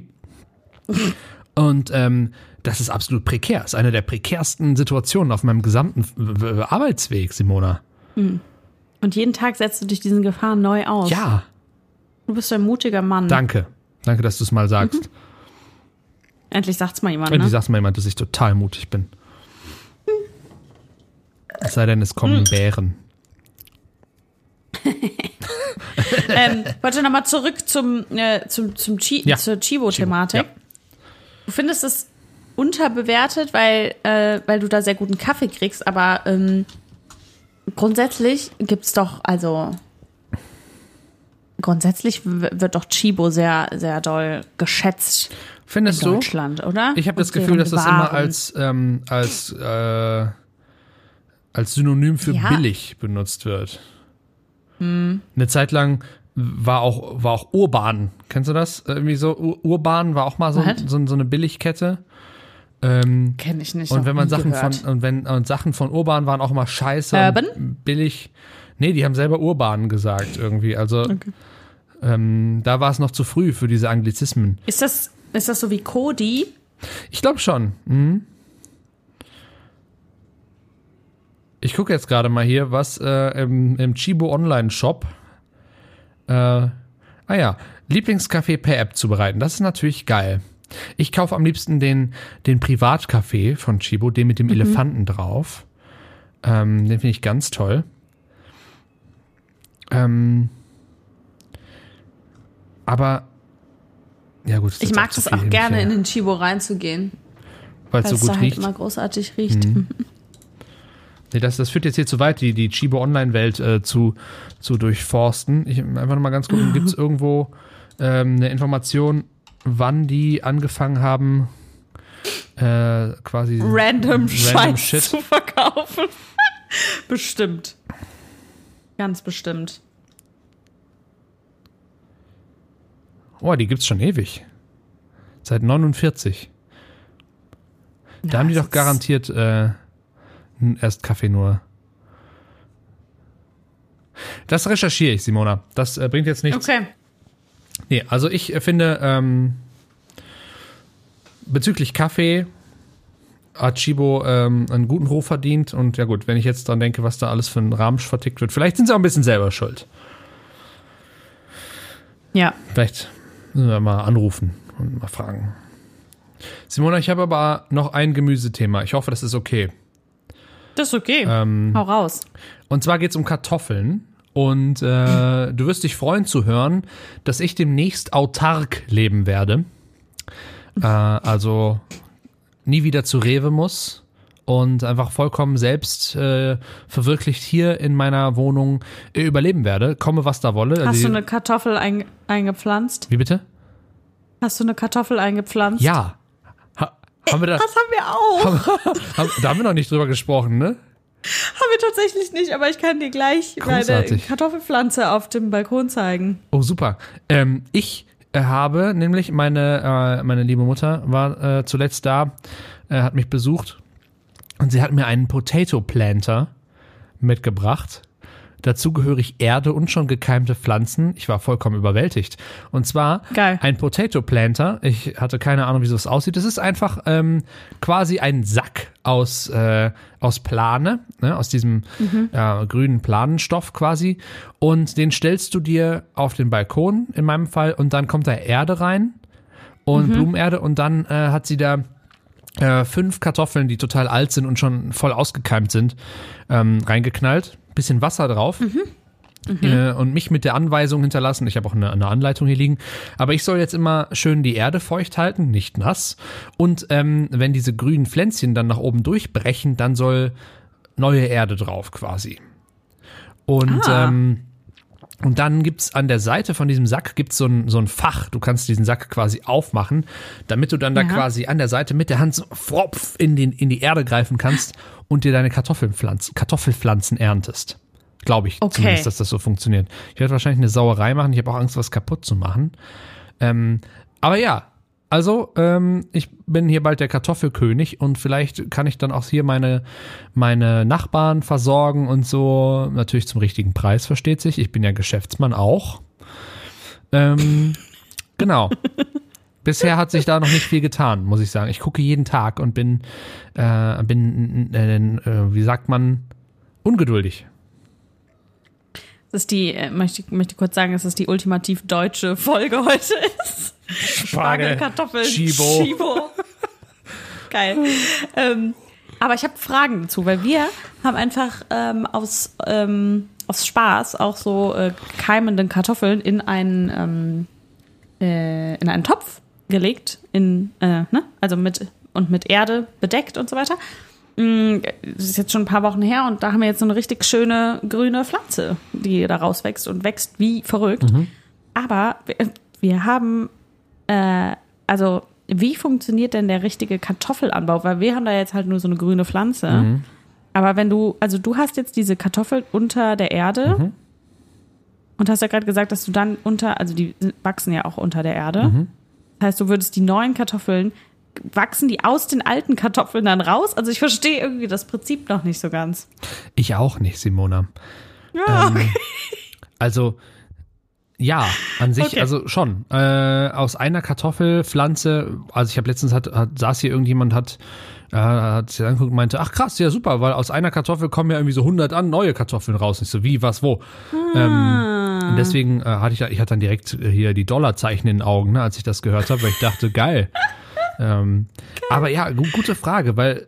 Und ähm, das ist absolut prekär. Das ist eine der prekärsten Situationen auf meinem gesamten w- w- Arbeitsweg, Simona. Und jeden Tag setzt du dich diesen Gefahren neu aus. Ja, Du bist so ein mutiger Mann. danke. Danke, dass du es mal sagst. Endlich sagt's mal jemand, Endlich ne? sagt mal jemand, dass ich total mutig bin. Es sei denn, es kommen Bären. ähm, wollte nochmal zurück zum, äh, zum, zum Chi Ja. zur Chibo-Thematik. Ja. Du findest es unterbewertet, weil, äh, weil du da sehr guten Kaffee kriegst, aber ähm, grundsätzlich gibt's doch, also grundsätzlich w- wird doch Chibo sehr, sehr doll geschätzt Findest in du? Deutschland, oder? Ich habe das Und Gefühl, deren dass das immer Waren. als, ähm, als, äh, als Synonym für Ja. billig benutzt wird. Eine Zeit lang war auch, war auch urban. Kennst du das? Irgendwie so, Ur- urban war auch mal so, Was? so, so eine Billigkette. Ähm, Kenn ich nicht. und noch wenn man nie Sachen gehört. von, und wenn, und Sachen von urban waren auch immer scheiße. Urban? Und billig. Nee, die haben selber urban gesagt irgendwie. Also, ähm, da war es noch zu früh für diese Anglizismen. Ist das, ist das so wie Cody? Ich glaube schon. Mhm. Ich gucke jetzt gerade mal hier, was äh, im, im Chibo Online Shop. Äh, ah ja, Lieblingskaffee per App zubereiten. Das ist natürlich geil. Ich kaufe am liebsten den, den Privatkaffee von Chibo, den mit dem Elefanten drauf. Ähm, den finde ich ganz toll. Ähm, aber ja gut. Ich mag das auch gerne, in den Chibo reinzugehen, weil es weil so es da gut halt riecht. immer großartig riecht. Nee, das, das führt jetzt hier zu weit, die, die Chibo Online-Welt äh, zu, zu durchforsten. Ich einfach noch mal ganz gucken, gibt es irgendwo ähm, eine Information, wann die angefangen haben, äh, quasi Random, Scheiß Shit. zu verkaufen. Bestimmt. Ganz bestimmt. Oh, die gibt's schon ewig. Seit neunundvierzig. Da Ja, haben die es doch ist- garantiert äh, erst Kaffee nur. Das recherchiere ich, Simona. Das äh, bringt jetzt nichts. Okay. Nee, also ich äh, finde, ähm, bezüglich Kaffee hat Chibo ähm, einen guten Ruf verdient. Und ja gut, wenn ich jetzt dran denke, was da alles für ein Ramsch vertickt wird, vielleicht sind sie auch ein bisschen selber schuld. Ja. Vielleicht müssen wir mal anrufen und mal fragen. Simona, ich habe aber noch ein Gemüsethema. Ich hoffe, das ist okay. Das ist okay. Ähm, Hau raus. Und zwar geht es um Kartoffeln. Und äh, du wirst dich freuen zu hören, dass ich demnächst autark leben werde. Äh, also nie wieder zu Rewe muss und einfach vollkommen selbst äh, verwirklicht hier in meiner Wohnung äh, überleben werde, komme was da wolle. Hast also, du eine Kartoffel ein, eingepflanzt? Wie bitte? Hast du eine Kartoffel eingepflanzt? Ja. Ha, haben wir da, das haben wir auch. Haben, haben, da haben wir noch nicht drüber gesprochen, ne? Haben wir tatsächlich nicht, aber ich kann dir gleich Großartig. meine Kartoffelpflanze auf dem Balkon zeigen. Oh, super. Ähm, ich äh, habe nämlich, meine, äh, meine liebe Mutter war äh, zuletzt da, äh, hat mich besucht und sie hat mir einen Potato Planter mitgebracht. Dazu gehörig Erde und schon gekeimte Pflanzen. Ich war vollkommen überwältigt. Und zwar Geil. ein Potato Planter. Ich hatte keine Ahnung, wie so es aussieht. Es ist einfach ähm, quasi ein Sack aus, äh, aus Plane, ne, aus diesem mhm. äh, grünen Planenstoff quasi. Und den stellst du dir auf den Balkon in meinem Fall und dann kommt da Erde rein und mhm. Blumenerde und dann äh, hat sie da äh, fünf Kartoffeln, die total alt sind und schon voll ausgekeimt sind, ähm, reingeknallt. Bisschen Wasser drauf mhm. Mhm. Äh, und mich mit der Anweisung hinterlassen. Ich habe auch eine, eine Anleitung hier liegen. Aber ich soll jetzt immer schön die Erde feucht halten, nicht nass. Und ähm, wenn diese grünen Pflänzchen dann nach oben durchbrechen, dann soll neue Erde drauf quasi. Und ah. ähm, und dann gibt's an der Seite von diesem Sack gibt's so ein, so ein Fach. Du kannst diesen Sack quasi aufmachen, damit du dann da ja. quasi an der Seite mit der Hand so fropf in, den, in die Erde greifen kannst und dir deine Kartoffelpflanzen, Kartoffelpflanzen erntest. Glaube ich okay. zumindest, dass das so funktioniert. Ich werde wahrscheinlich eine Sauerei machen. Ich habe auch Angst, was kaputt zu machen. Ähm, aber ja, also ähm, ich bin hier bald der Kartoffelkönig und vielleicht kann ich dann auch hier meine, meine Nachbarn versorgen und so. Natürlich zum richtigen Preis, versteht sich. Ich bin ja Geschäftsmann auch. Ähm, genau. Bisher hat sich da noch nicht viel getan, muss ich sagen. Ich gucke jeden Tag und bin, äh, bin äh, äh, wie sagt man, ungeduldig. Das ist die, äh, möchte ich möchte kurz sagen, dass es die ultimativ deutsche Folge heute ist. Spargel, Kartoffel, Chibo. Chibo. Geil. ähm, aber ich habe Fragen dazu, weil wir haben einfach ähm, aus, ähm, aus Spaß auch so äh, keimenden Kartoffeln in einen, ähm, äh, in einen Topf gelegt, in, äh, ne? also mit, und mit Erde bedeckt und so weiter. Das ist jetzt schon ein paar Wochen her und da haben wir jetzt so eine richtig schöne grüne Pflanze, die da rauswächst und wächst wie verrückt. Mhm. Aber wir, wir haben, äh, also wie funktioniert denn der richtige Kartoffelanbau? Weil wir haben da jetzt halt nur so eine grüne Pflanze. Mhm. Aber wenn du, also du hast jetzt diese Kartoffeln unter der Erde mhm. und hast ja gerade gesagt, dass du dann unter, also die wachsen ja auch unter der Erde. Mhm. Das heißt, du würdest die neuen Kartoffeln wachsen die aus den alten Kartoffeln dann raus? Also ich verstehe irgendwie das Prinzip noch nicht so ganz. Ich auch nicht, Simona. Ja, okay. ähm, also ja, an sich, okay. also schon. Äh, aus einer Kartoffelpflanze, also ich habe letztens, hat, hat, saß hier irgendjemand, hat, äh, hat sich angeguckt und meinte, ach krass, ja super, weil aus einer Kartoffel kommen ja irgendwie so hundert an neue Kartoffeln raus. Nicht so, wie, was, wo. Ah. Ähm, und deswegen äh, hatte ich, ich hatte dann direkt hier die Dollarzeichen in den Augen, ne, als ich das gehört habe, weil ich dachte, geil. Ähm, aber ja, gu- gute Frage, weil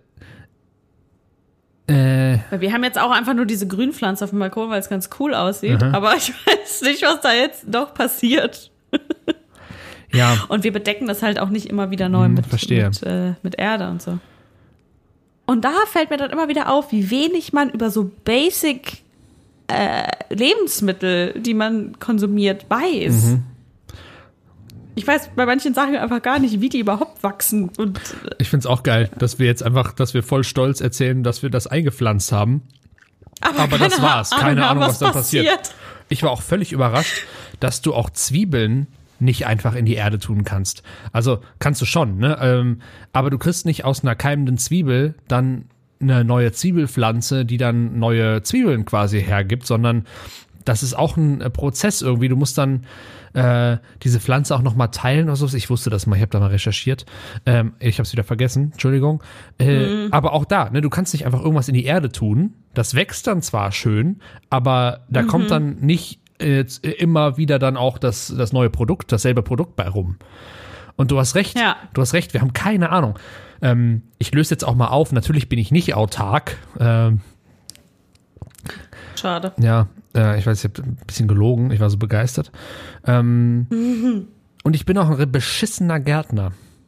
äh, wir haben jetzt auch einfach nur diese Grünpflanze auf dem Balkon, weil es ganz cool aussieht, aha. aber ich weiß nicht, was da jetzt noch passiert. Ja. Und wir bedecken das halt auch nicht immer wieder neu hm, mit, verstehe. mit, äh, mit Erde und so. Und da fällt mir dann immer wieder auf, wie wenig man über so basic äh, Lebensmittel, die man konsumiert, weiß. Mhm. Ich weiß bei manchen Sachen einfach gar nicht, wie die überhaupt wachsen. Und ich find's auch geil, dass wir jetzt einfach, dass wir voll stolz erzählen, dass wir das eingepflanzt haben. Aber, Aber das war's. Ahnung Keine haben, Ahnung, was, was da passiert. passiert. Ich war auch völlig überrascht, dass du auch Zwiebeln nicht einfach in die Erde tun kannst. Also kannst du schon, ne? Ähm, aber du kriegst nicht aus einer keimenden Zwiebel dann eine neue Zwiebelpflanze, die dann neue Zwiebeln quasi hergibt, sondern das ist auch ein Prozess irgendwie. Du musst dann äh, diese Pflanze auch nochmal teilen oder so. Ich wusste das mal, ich habe da mal recherchiert. Ähm, ich habe es wieder vergessen, Entschuldigung. Äh, mhm. Aber auch da, ne, du kannst nicht einfach irgendwas in die Erde tun. Das wächst dann zwar schön, aber da mhm. kommt dann nicht äh, immer wieder dann auch das, das neue Produkt, dasselbe Produkt bei rum. Und du hast recht, ja. du hast recht, wir haben keine Ahnung. Ähm, ich löse jetzt auch mal auf, natürlich bin ich nicht autark. Ähm, Schade. Ja, äh, ich weiß, ich habe ein bisschen gelogen, ich war so begeistert. Ähm, mhm. Und ich bin auch ein beschissener Gärtner.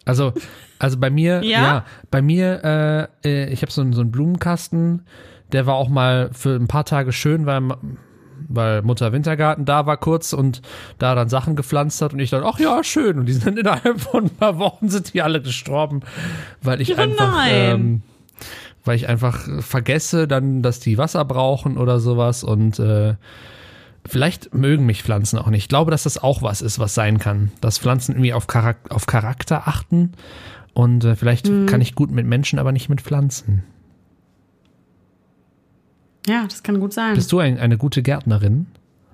Also, also bei mir, ja, Ja? bei mir, äh, äh, ich habe so, einen- so einen Blumenkasten, der war auch mal für ein paar Tage schön, weil, weil Mutter Wintergarten da war kurz und da dann Sachen gepflanzt hat und ich dachte, ach ja, schön. Und die sind innerhalb von ein paar Wochen sind die alle gestorben, weil ich Ja, einfach, nein. ähm, weil ich einfach vergesse dann, dass die Wasser brauchen oder sowas und äh, vielleicht mögen mich Pflanzen auch nicht. Ich glaube, dass das auch was ist, was sein kann. Dass Pflanzen irgendwie auf, Charak- auf Charakter achten und äh, vielleicht Mhm. kann ich gut mit Menschen, aber nicht mit Pflanzen. Ja, das kann gut sein. Bist du ein, eine gute Gärtnerin?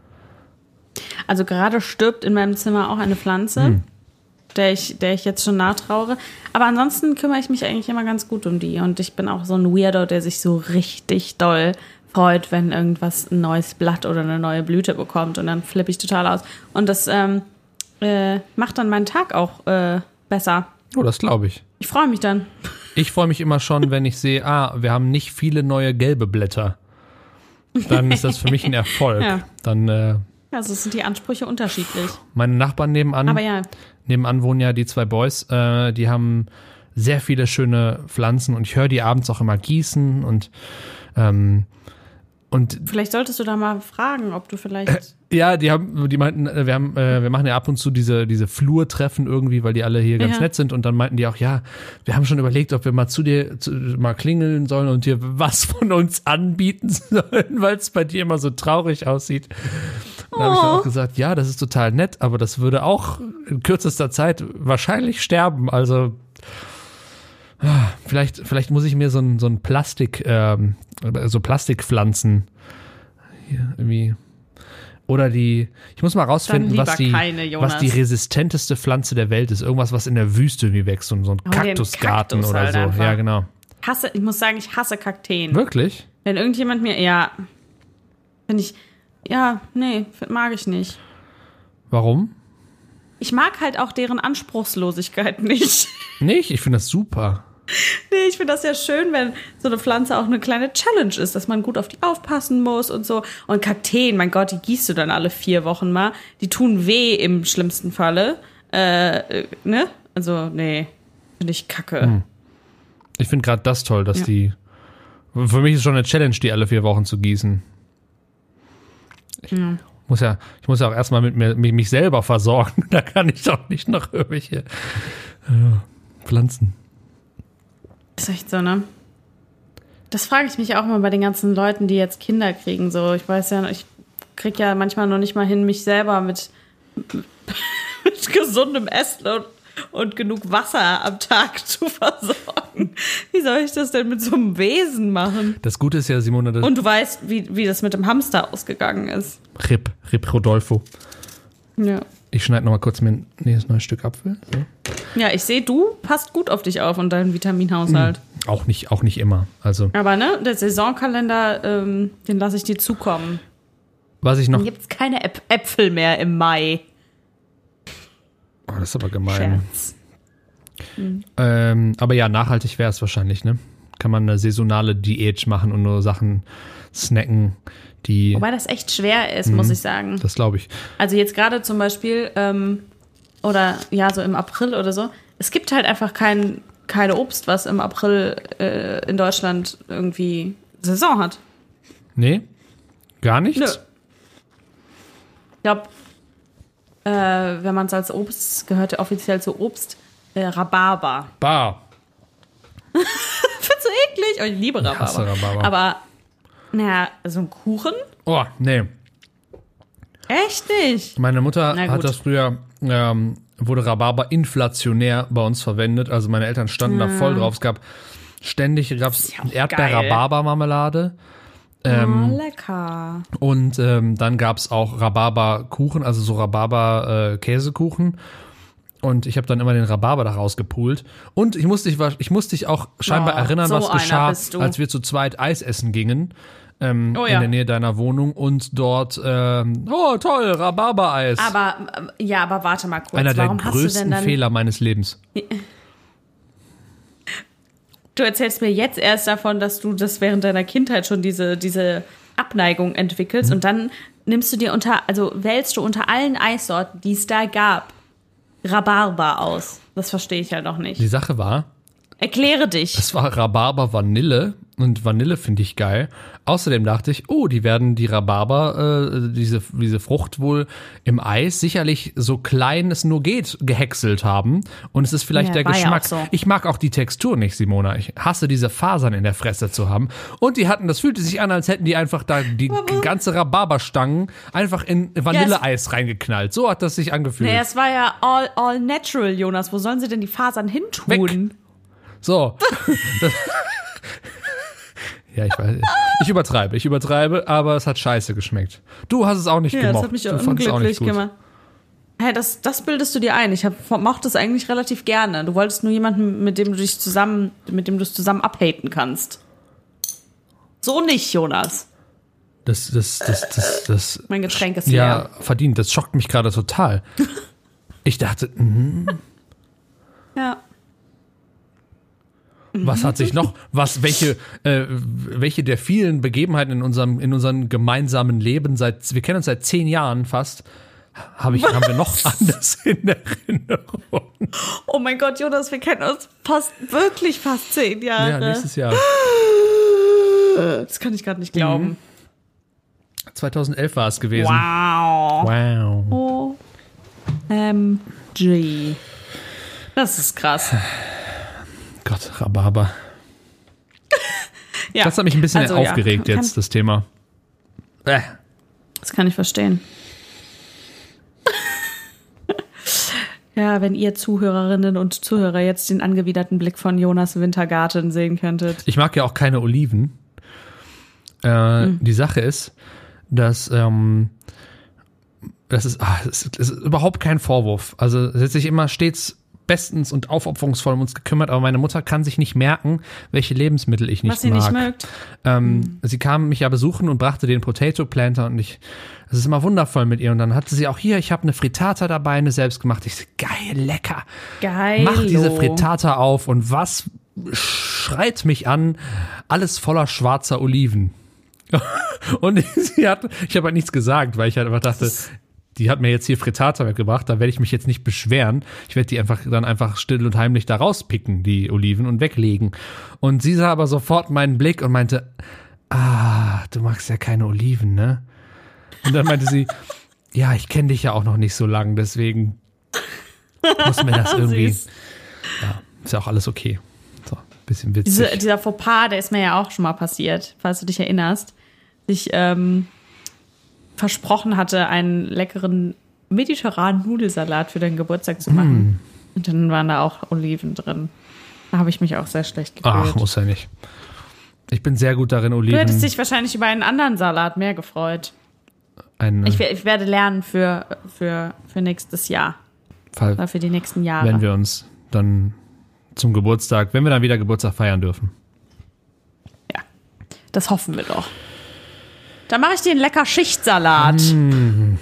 Also gerade stirbt in meinem Zimmer auch eine Pflanze, Hm. der, ich, der ich jetzt schon nachtraure. Aber ansonsten kümmere ich mich eigentlich immer ganz gut um die. Und ich bin auch so ein Weirdo, der sich so richtig doll freut, wenn irgendwas ein neues Blatt oder eine neue Blüte bekommt. Und dann flippe ich total aus. Und das ähm, äh, macht dann meinen Tag auch äh, besser. Oh, das glaube ich. Ich freue mich dann. Ich freue mich immer schon, wenn ich sehe, ah, wir haben nicht viele neue gelbe Blätter. Dann ist das für mich ein Erfolg. Ja. Dann, äh, Also sind die Ansprüche unterschiedlich. meine Nachbarn nebenan, Aber ja, nebenan wohnen ja die zwei Boys, äh, die haben sehr viele schöne Pflanzen und ich höre die abends auch immer gießen und ähm, und vielleicht solltest du da mal fragen, ob du vielleicht... ja, die haben, die meinten, äh, wir haben, äh, wir machen ja ab und zu diese diese Flurtreffen irgendwie, weil die alle hier ganz Ja. nett sind und dann meinten die auch, ja, wir haben schon überlegt, ob wir mal zu dir zu, mal klingeln sollen und dir was von uns anbieten sollen, weil es bei dir immer so traurig aussieht. Und da habe ich dann Oh. auch gesagt, ja, das ist total nett, aber das würde auch in kürzester Zeit wahrscheinlich sterben. Also ah, vielleicht, vielleicht muss ich mir so ein, so ein Plastik, ähm, so Plastikpflanzen hier irgendwie. Oder die, ich muss mal rausfinden, lieber was die, keine, Jonas. was die resistenteste Pflanze der Welt ist. Irgendwas, was in der Wüste irgendwie wächst, so, so ein Oh, den Kaktusgarten Kaktus oder halt so. einfach. Ja, genau. Hasse, ich muss sagen, ich hasse Kakteen. Wirklich? Wenn irgendjemand mir, ja, finde ich, ja, nee, mag ich nicht. Warum? Ich mag halt auch deren Anspruchslosigkeit nicht. Nicht? Ich finde das super. Nee, ich finde das ja schön, wenn so eine Pflanze auch eine kleine Challenge ist, dass man gut auf die aufpassen muss und so. Und Kakteen, mein Gott, die gießt du dann alle vier Wochen mal. Die tun weh im schlimmsten Falle. Äh, ne? Also, nee, finde ich kacke. Hm. Ich finde gerade das toll, dass Ja. die. Für mich ist schon eine Challenge, die alle vier Wochen zu gießen. Ich Ja. muss ja, ich muss ja auch erstmal mit mir mich, mich selber versorgen. Da kann ich doch nicht noch irgendwelche äh, Pflanzen. Ist echt so, ne? Das frage ich mich auch mal bei den ganzen Leuten, die jetzt Kinder kriegen. So, ich weiß ja, ich krieg ja manchmal noch nicht mal hin, mich selber mit, mit gesundem Essen und, und genug Wasser am Tag zu versorgen. Wie soll ich das denn mit so einem Wesen machen? Das Gute ist ja, Simone, das Und du weißt, wie, wie das mit dem Hamster ausgegangen ist. Rip, Rip Rodolfo. Ja. Ich schneide noch mal kurz mir ein nächstes neues Stück Apfel. So. Ja, ich sehe, du passt gut auf dich auf und deinen Vitaminhaushalt. Auch nicht, auch nicht immer. Also, Aber ne, der Saisonkalender, ähm, den lasse ich dir zukommen. was ich noch. Dann gibt's keine Äp- Äpfel mehr im Mai. Oh, das ist aber gemein. Scherz. Ähm, aber ja, nachhaltig wäre es wahrscheinlich, ne? Kann man eine saisonale Diät machen und nur Sachen snacken, die. Wobei das echt schwer ist, muss ich sagen. Das glaube ich. Also jetzt gerade zum Beispiel, ähm, oder ja, so im April oder so, es gibt halt einfach kein, keine Obst, was im April äh, in Deutschland irgendwie Saison hat. Nee? Gar nichts? Nö. Ich glaube, äh, wenn man es als Obst, gehört ja offiziell zu Obst, äh, Rhabarber. Bar. Findest du eklig? Oh, ich liebe Ich Rhabarber. hasse Rhabarber. Aber, naja, so ein Kuchen? Oh, nee. Echt nicht? Meine Mutter Na hat gut. das früher, ähm, wurde Rhabarber inflationär bei uns verwendet. Also meine Eltern standen da voll drauf. Es gab ständig gab's ist ja auch Erdbeer-Rhabarber-Marmelade. oh, lecker. Und ähm, dann gab es auch Rhabarberkuchen, also so Rhabarber-Käsekuchen. Und ich habe dann immer den Rhabarber da rausgepult. Und ich musste dich, ich musste dich auch scheinbar Oh, erinnern, so was einer geschah, bist du. als wir zu zweit Eis essen gingen. Ähm, Oh in ja. der Nähe deiner Wohnung. Und dort, ähm, oh toll, Rhabarber-Eis. Aber, äh, ja, aber warte mal kurz. Einer der Warum hast du denn größten dann, Fehler meines Lebens. Du erzählst mir jetzt erst davon, dass du das während deiner Kindheit schon diese, diese Abneigung entwickelst Mhm. und dann nimmst du dir unter, also wählst du unter allen Eissorten, die es da gab, Rhabarber aus? Das verstehe ich halt auch nicht. Die Sache war, Erkläre dich. es war Rhabarber Vanille und Vanille finde ich geil. Außerdem dachte ich, oh, die werden die Rhabarber, äh, diese, diese Frucht wohl im Eis sicherlich so klein es nur geht gehäckselt haben. Und es ist vielleicht Ja, der war ja Geschmack. auch so. Ich mag auch die Textur nicht, Simona. Ich hasse diese Fasern in der Fresse zu haben. Und die hatten, das fühlte sich an, als hätten die einfach da die ganze Rhabarberstangen einfach in Vanilleeis reingeknallt. So hat das sich angefühlt. Naja, es war ja all, all natural, Jonas. Wo sollen sie denn die Fasern hintun? Weg. So. Ja, ich weiß. Ich übertreibe, ich übertreibe, aber es hat scheiße geschmeckt. Du hast es auch nicht Ja, gemocht. das hat mich Du fandest es auch unglücklich nicht gut. gemacht. Hey, das, das bildest du dir ein. Ich hab, mochte es eigentlich relativ gerne. Du wolltest nur jemanden, mit dem du dich zusammen, mit dem du es zusammen abhaten kannst. So nicht, Jonas. Das, das, das, das, das. Mein Getränk ist Ja, leer. verdient. Das schockt mich gerade total. Ich dachte, mh, Ja. was hat sich noch, was, welche, äh, welche der vielen Begebenheiten in unserem, in unserem gemeinsamen Leben seit, wir kennen uns seit zehn Jahren fast, habe ich, haben wir noch anders in Erinnerung. Oh mein Gott, Jonas, wir kennen uns fast, wirklich fast zehn Jahre. Ja, nächstes Jahr. Das kann ich gerade nicht glauben. zweitausendelf war es gewesen. Wow. Wow. O M G. Das ist krass. Gott, Rhabarber. Ja. Das hat mich ein bisschen Also, ja, aufgeregt kann- jetzt, das Thema. Äh. Das kann ich verstehen. Ja, wenn ihr Zuhörerinnen und Zuhörer jetzt den angewiderten Blick von Jonas Wintergarten sehen könntet. Ich mag ja auch keine Oliven. Äh, Die Sache ist, dass ähm, das ist, ah, es ist, es ist überhaupt kein Vorwurf. Also es hat sich immer stets bestens und aufopferungsvoll um uns gekümmert, aber meine Mutter kann sich nicht merken, welche Lebensmittel ich nicht Was sie mag. nicht mögt. Ähm, Sie kam mich ja besuchen und brachte den Potato Planter und ich, es ist immer wundervoll mit ihr. Und dann hatte sie auch hier, ich habe eine Frittata dabei, eine selbstgemachte. Ich so, geil, lecker. Geil. Mach diese Frittata auf und was schreit mich an? Alles voller schwarzer Oliven. Und sie hat, ich habe halt nichts gesagt, weil ich halt einfach dachte, die hat mir jetzt hier Frittata mitgebracht, da werde ich mich jetzt nicht beschweren. Ich werde die einfach dann einfach still und heimlich da rauspicken, die Oliven, und weglegen. Und sie sah aber sofort meinen Blick und meinte, ah, du magst ja keine Oliven, ne? Und dann meinte sie, ja, ich kenne dich ja auch noch nicht so lang, deswegen muss mir das irgendwie, Süß. ja, ist ja auch alles okay. So, bisschen witzig. Diese, dieser Fauxpas, der ist mir ja auch schon mal passiert, falls du dich erinnerst. Ich ähm, versprochen hatte, einen leckeren mediterranen Nudelsalat für deinen Geburtstag zu machen. Mm. Und dann waren da auch Oliven drin. Da habe ich mich auch sehr schlecht gefühlt. Ach, muss ja nicht. Ich bin sehr gut darin, Oliven. Du hättest dich wahrscheinlich über einen anderen Salat mehr gefreut. ein, Ich, wer- ich werde lernen für, für, für nächstes Jahr. Fall, Oder für die nächsten Jahre. wenn wir uns dann zum Geburtstag, wenn wir dann wieder Geburtstag feiern dürfen. Ja, das hoffen wir doch. Dann mache ich dir einen lecker Schichtsalat. Mm.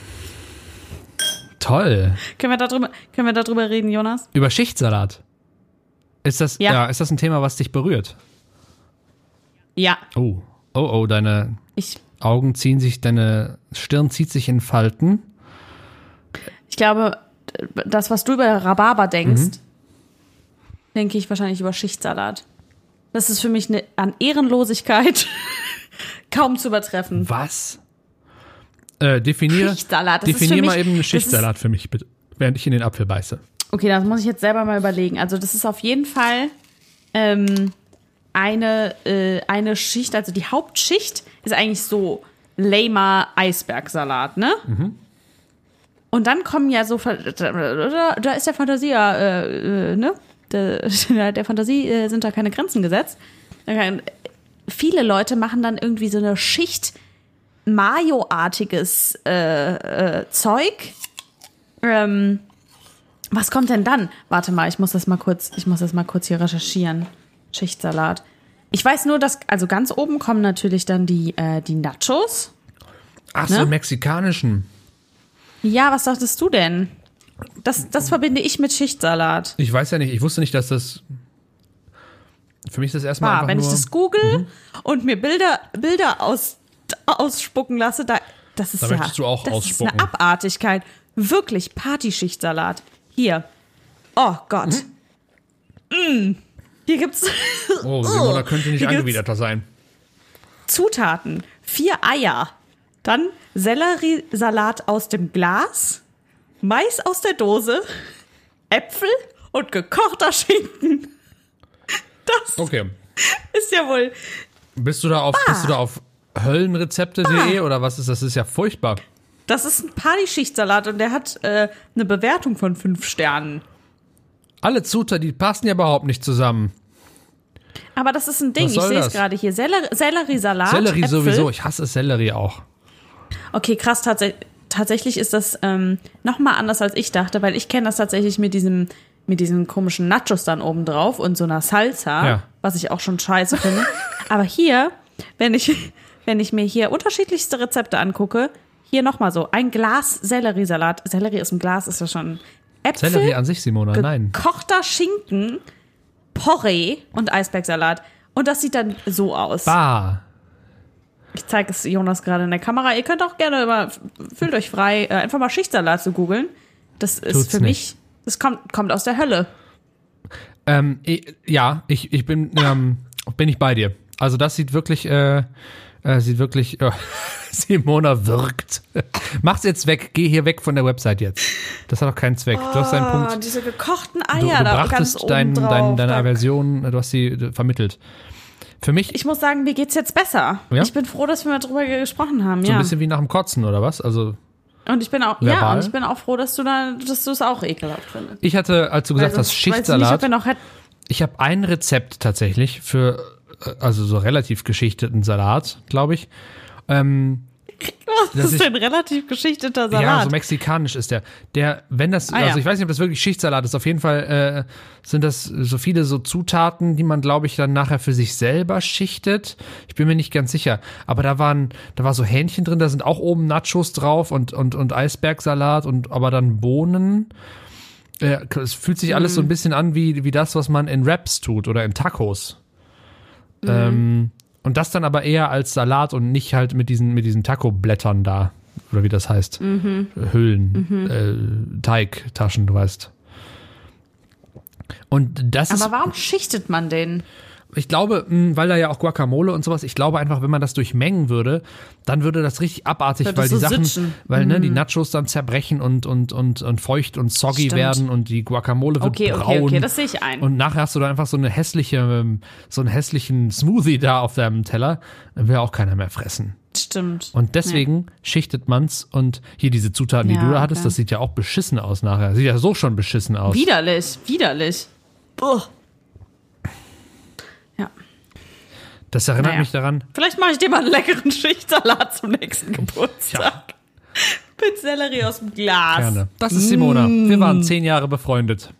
Toll. Können wir darüber, können wir darüber reden, Jonas? Über Schichtsalat. Ist das, ja. Ja. ist das ein Thema, was dich berührt? Ja. Oh, oh, oh, deine Ich, Augen ziehen sich, deine Stirn zieht sich in Falten. ich glaube, das, was du über Rhabarber denkst, Mhm. denke ich wahrscheinlich über Schichtsalat. Das ist für mich eine, an Ehrenlosigkeit kaum zu übertreffen. Was? Äh, definiere, Schichtsalat, das ist definier für mal mich- eben einen das ist- Schichtsalat für mich, bitte, während ich in den Apfel beiße. Okay, das muss ich jetzt selber mal überlegen. Also das ist auf jeden Fall ähm, eine, äh, eine Schicht, also die Hauptschicht ist eigentlich so lamer Eisbergsalat, ne? Und dann kommen ja so, da, da ist der Fantasie ja, äh, äh, ne? Der, der Fantasie äh, sind da keine Grenzen gesetzt. Okay. Viele Leute machen dann irgendwie so eine Schicht Mayo-artiges äh, äh, Zeug. Ähm, was kommt denn dann? Warte mal, ich muss das mal kurz, ich muss das mal kurz hier recherchieren. Schichtsalat. Ich weiß nur, dass, also ganz oben kommen natürlich dann die, äh, die Nachos. Ach Ne? so, mexikanischen. Ja, was dachtest du denn? Das, das verbinde ich mit Schichtsalat. Ich weiß ja nicht, ich wusste nicht, dass das. Für mich ist das erstmal Ah, einfach wenn nur. ich das google und mir Bilder, Bilder aus, ausspucken lasse, da, das ist Da ja möchtest du auch das ausspucken. ist eine Abartigkeit. Wirklich Partyschichtsalat. Hier. Oh Gott. Mm. Hier gibt's. Oh, Simona könnte nicht Hier gibt's angewiderter sein. Zutaten. Vier Eier. Dann Selleriesalat aus dem Glas. Mais aus der Dose. Äpfel und gekochter Schinken. Das Okay. ist ja wohl. Bist du da auf, bist du da auf höllenrezepte punkt de oder was ist das? Das ist ja furchtbar. Das ist ein Partyschichtsalat und der hat äh, eine Bewertung von fünf Sternen. Alle Zutaten, die passen ja überhaupt nicht zusammen. Aber das ist ein Ding. Was Ich soll sehe es das? gerade hier. Seller Selleriesalat. Sellerie Äpfel. sowieso. Ich hasse Sellerie auch. Okay, krass. Tats tatsächlich ist das ähm, nochmal anders, als ich dachte, weil ich kenne das tatsächlich mit diesem mit diesen komischen Nachos dann oben drauf und so einer Salsa, Ja. was ich auch schon scheiße finde. Aber hier, wenn ich, wenn ich mir hier unterschiedlichste Rezepte angucke, hier nochmal so, ein Glas Selleriesalat. Sellerie aus dem Glas ist ja schon Äpfel, Sellerie an sich, Simona, nein. gekochter Schinken, Porree und Eisbergsalat. Und das sieht dann so aus. Bah. Ich zeige es Jonas gerade in der Kamera. Ihr könnt auch gerne mal, fühlt euch frei, äh, einfach mal Schichtsalat zu googeln. Das ist Tut's für nicht. mich, das kommt, kommt aus der Hölle. Ähm, ich, ja, ich, ich bin, ähm, bin ich bei dir. Also das sieht wirklich, äh, äh, sieht wirklich, äh, Simona wirkt. Mach's jetzt weg, geh hier weg von der Website jetzt. Das hat doch keinen Zweck. Du hast deinen Oh, Punkt. diese gekochten Du, Eier du da ganz brachtest oben dein, drauf. dein, deine Da- Aversion, du hast sie äh, vermittelt. Für mich Ich muss sagen, mir geht's jetzt besser. Ja? Ich bin froh, dass wir mal drüber gesprochen haben. so Ja. ein bisschen wie nach dem Kotzen, oder was? Also Und ich bin auch, ja, Verbal? und ich bin auch froh, dass du da, dass du es auch ekelhaft findest. ich hatte, als du gesagt Weil hast, sonst weiß ich nicht, Schichtsalat, ob wir noch hätten. ich habe ein Rezept tatsächlich für, äh, also so relativ geschichteten Salat, glaube ich. Ähm, Was dass ist ich- denn relativ geschichteter Ja, Salat? so mexikanisch ist der. Der, wenn das, Ah, ja. also ich weiß nicht, ob das wirklich Schichtsalat ist. Auf jeden Fall äh, sind das so viele so Zutaten, die man, glaube ich, dann nachher für sich selber schichtet. Ich bin mir nicht ganz sicher. Aber da waren, da war so Hähnchen drin, da sind auch oben Nachos drauf und und und Eisbergsalat und aber dann Bohnen. Äh, es fühlt sich alles so ein bisschen an wie wie das, was man in Wraps tut oder in Tacos. Ähm, und das dann aber eher als Salat und nicht halt mit diesen, mit diesen Taco-Blättern da. Oder wie das heißt. Hüllen, äh, Teigtaschen, du weißt. Und das ist, Aber warum schichtet man den? ich glaube, mh, weil da ja auch Guacamole und sowas, ich glaube einfach, wenn man das durchmengen würde, dann würde das richtig abartig, Würde weil es die so Sachen, sitzen. weil ne, die Nachos dann zerbrechen und, und, und, und feucht und soggy Stimmt. werden und die Guacamole wird Okay, braun. okay, okay, das sehe ich ein. Und nachher hast du da einfach so eine hässliche, ähm, so einen hässlichen Smoothie da auf deinem Teller, dann will auch keiner mehr fressen. Stimmt. Und deswegen schichtet man's und hier diese Zutaten, die Ja, du da hattest, okay. das sieht ja auch beschissen aus nachher. Sieht ja so schon beschissen aus. Widerlich, widerlich. Buh. Ja. Das erinnert Naja. mich daran, Vielleicht mache ich dir mal einen leckeren Schichtsalat zum nächsten Geburtstag. Mit Sellerie aus dem Glas. gerne. Das ist Simona. Wir Mm. waren zehn Jahre befreundet.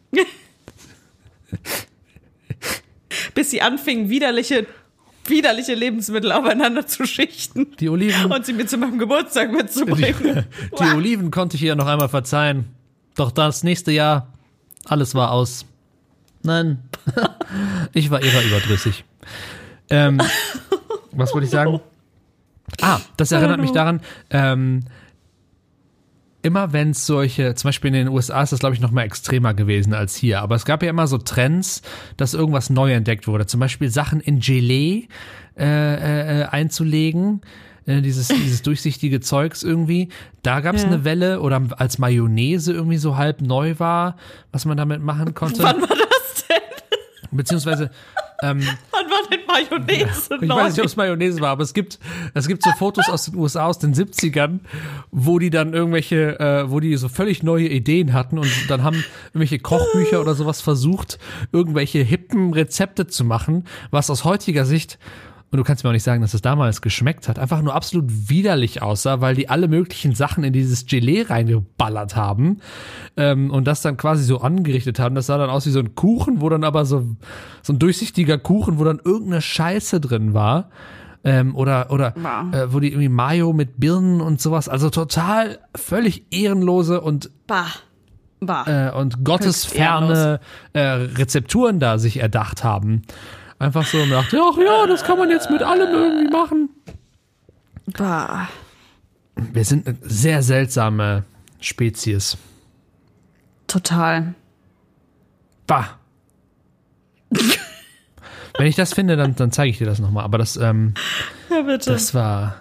Bis sie anfingen, widerliche, widerliche Lebensmittel aufeinander zu schichten Die Oliven, und sie mir zu meinem Geburtstag mitzubringen. die Oliven konnte ich ihr noch einmal verzeihen. Doch das nächste Jahr, alles war aus. Nein, ich war ihrer überdrüssig. Ähm, was wollte ich sagen? Ah, das erinnert mich daran, ähm, immer wenn es solche, zum Beispiel in den U S A ist das, glaube ich, noch mal extremer gewesen als hier, aber es gab ja immer so Trends, dass irgendwas neu entdeckt wurde. Zum Beispiel Sachen in Gelee äh, äh, einzulegen, äh, dieses, dieses durchsichtige Zeugs irgendwie. Da gab es Ja. eine Welle oder als Mayonnaise irgendwie so halb neu war, was man damit machen konnte. Wann war das denn? Beziehungsweise ähm, Wann war denn Mayonnaise ich neu? weiß nicht, ob es Mayonnaise war, aber es gibt, es gibt so Fotos aus den U S A aus den siebzigern, wo die dann irgendwelche, äh, wo die so völlig neue Ideen hatten und dann haben irgendwelche Kochbücher oder sowas versucht, irgendwelche hippen Rezepte zu machen, was aus heutiger Sicht, und du kannst mir auch nicht sagen, dass es damals geschmeckt hat, einfach nur absolut widerlich aussah, weil die alle möglichen Sachen in dieses Gelee reingeballert haben ähm, und das dann quasi so angerichtet haben. Das sah dann aus wie so ein Kuchen, wo dann aber so, so ein durchsichtiger Kuchen, wo dann irgendeine Scheiße drin war. Ähm, oder oder Wow. äh, wo die irgendwie Mayo mit Birnen und sowas, also total völlig ehrenlose und Bah. Bah. äh, und gottesferne äh, Rezepturen da sich erdacht haben. Einfach so und dachte, ach ja, das kann man jetzt mit allem irgendwie machen. bah. Wir sind eine sehr seltsame Spezies. Total. Bah. Wenn ich das finde, dann, dann zeige ich dir das nochmal. Aber das, ähm, Ja, bitte. das war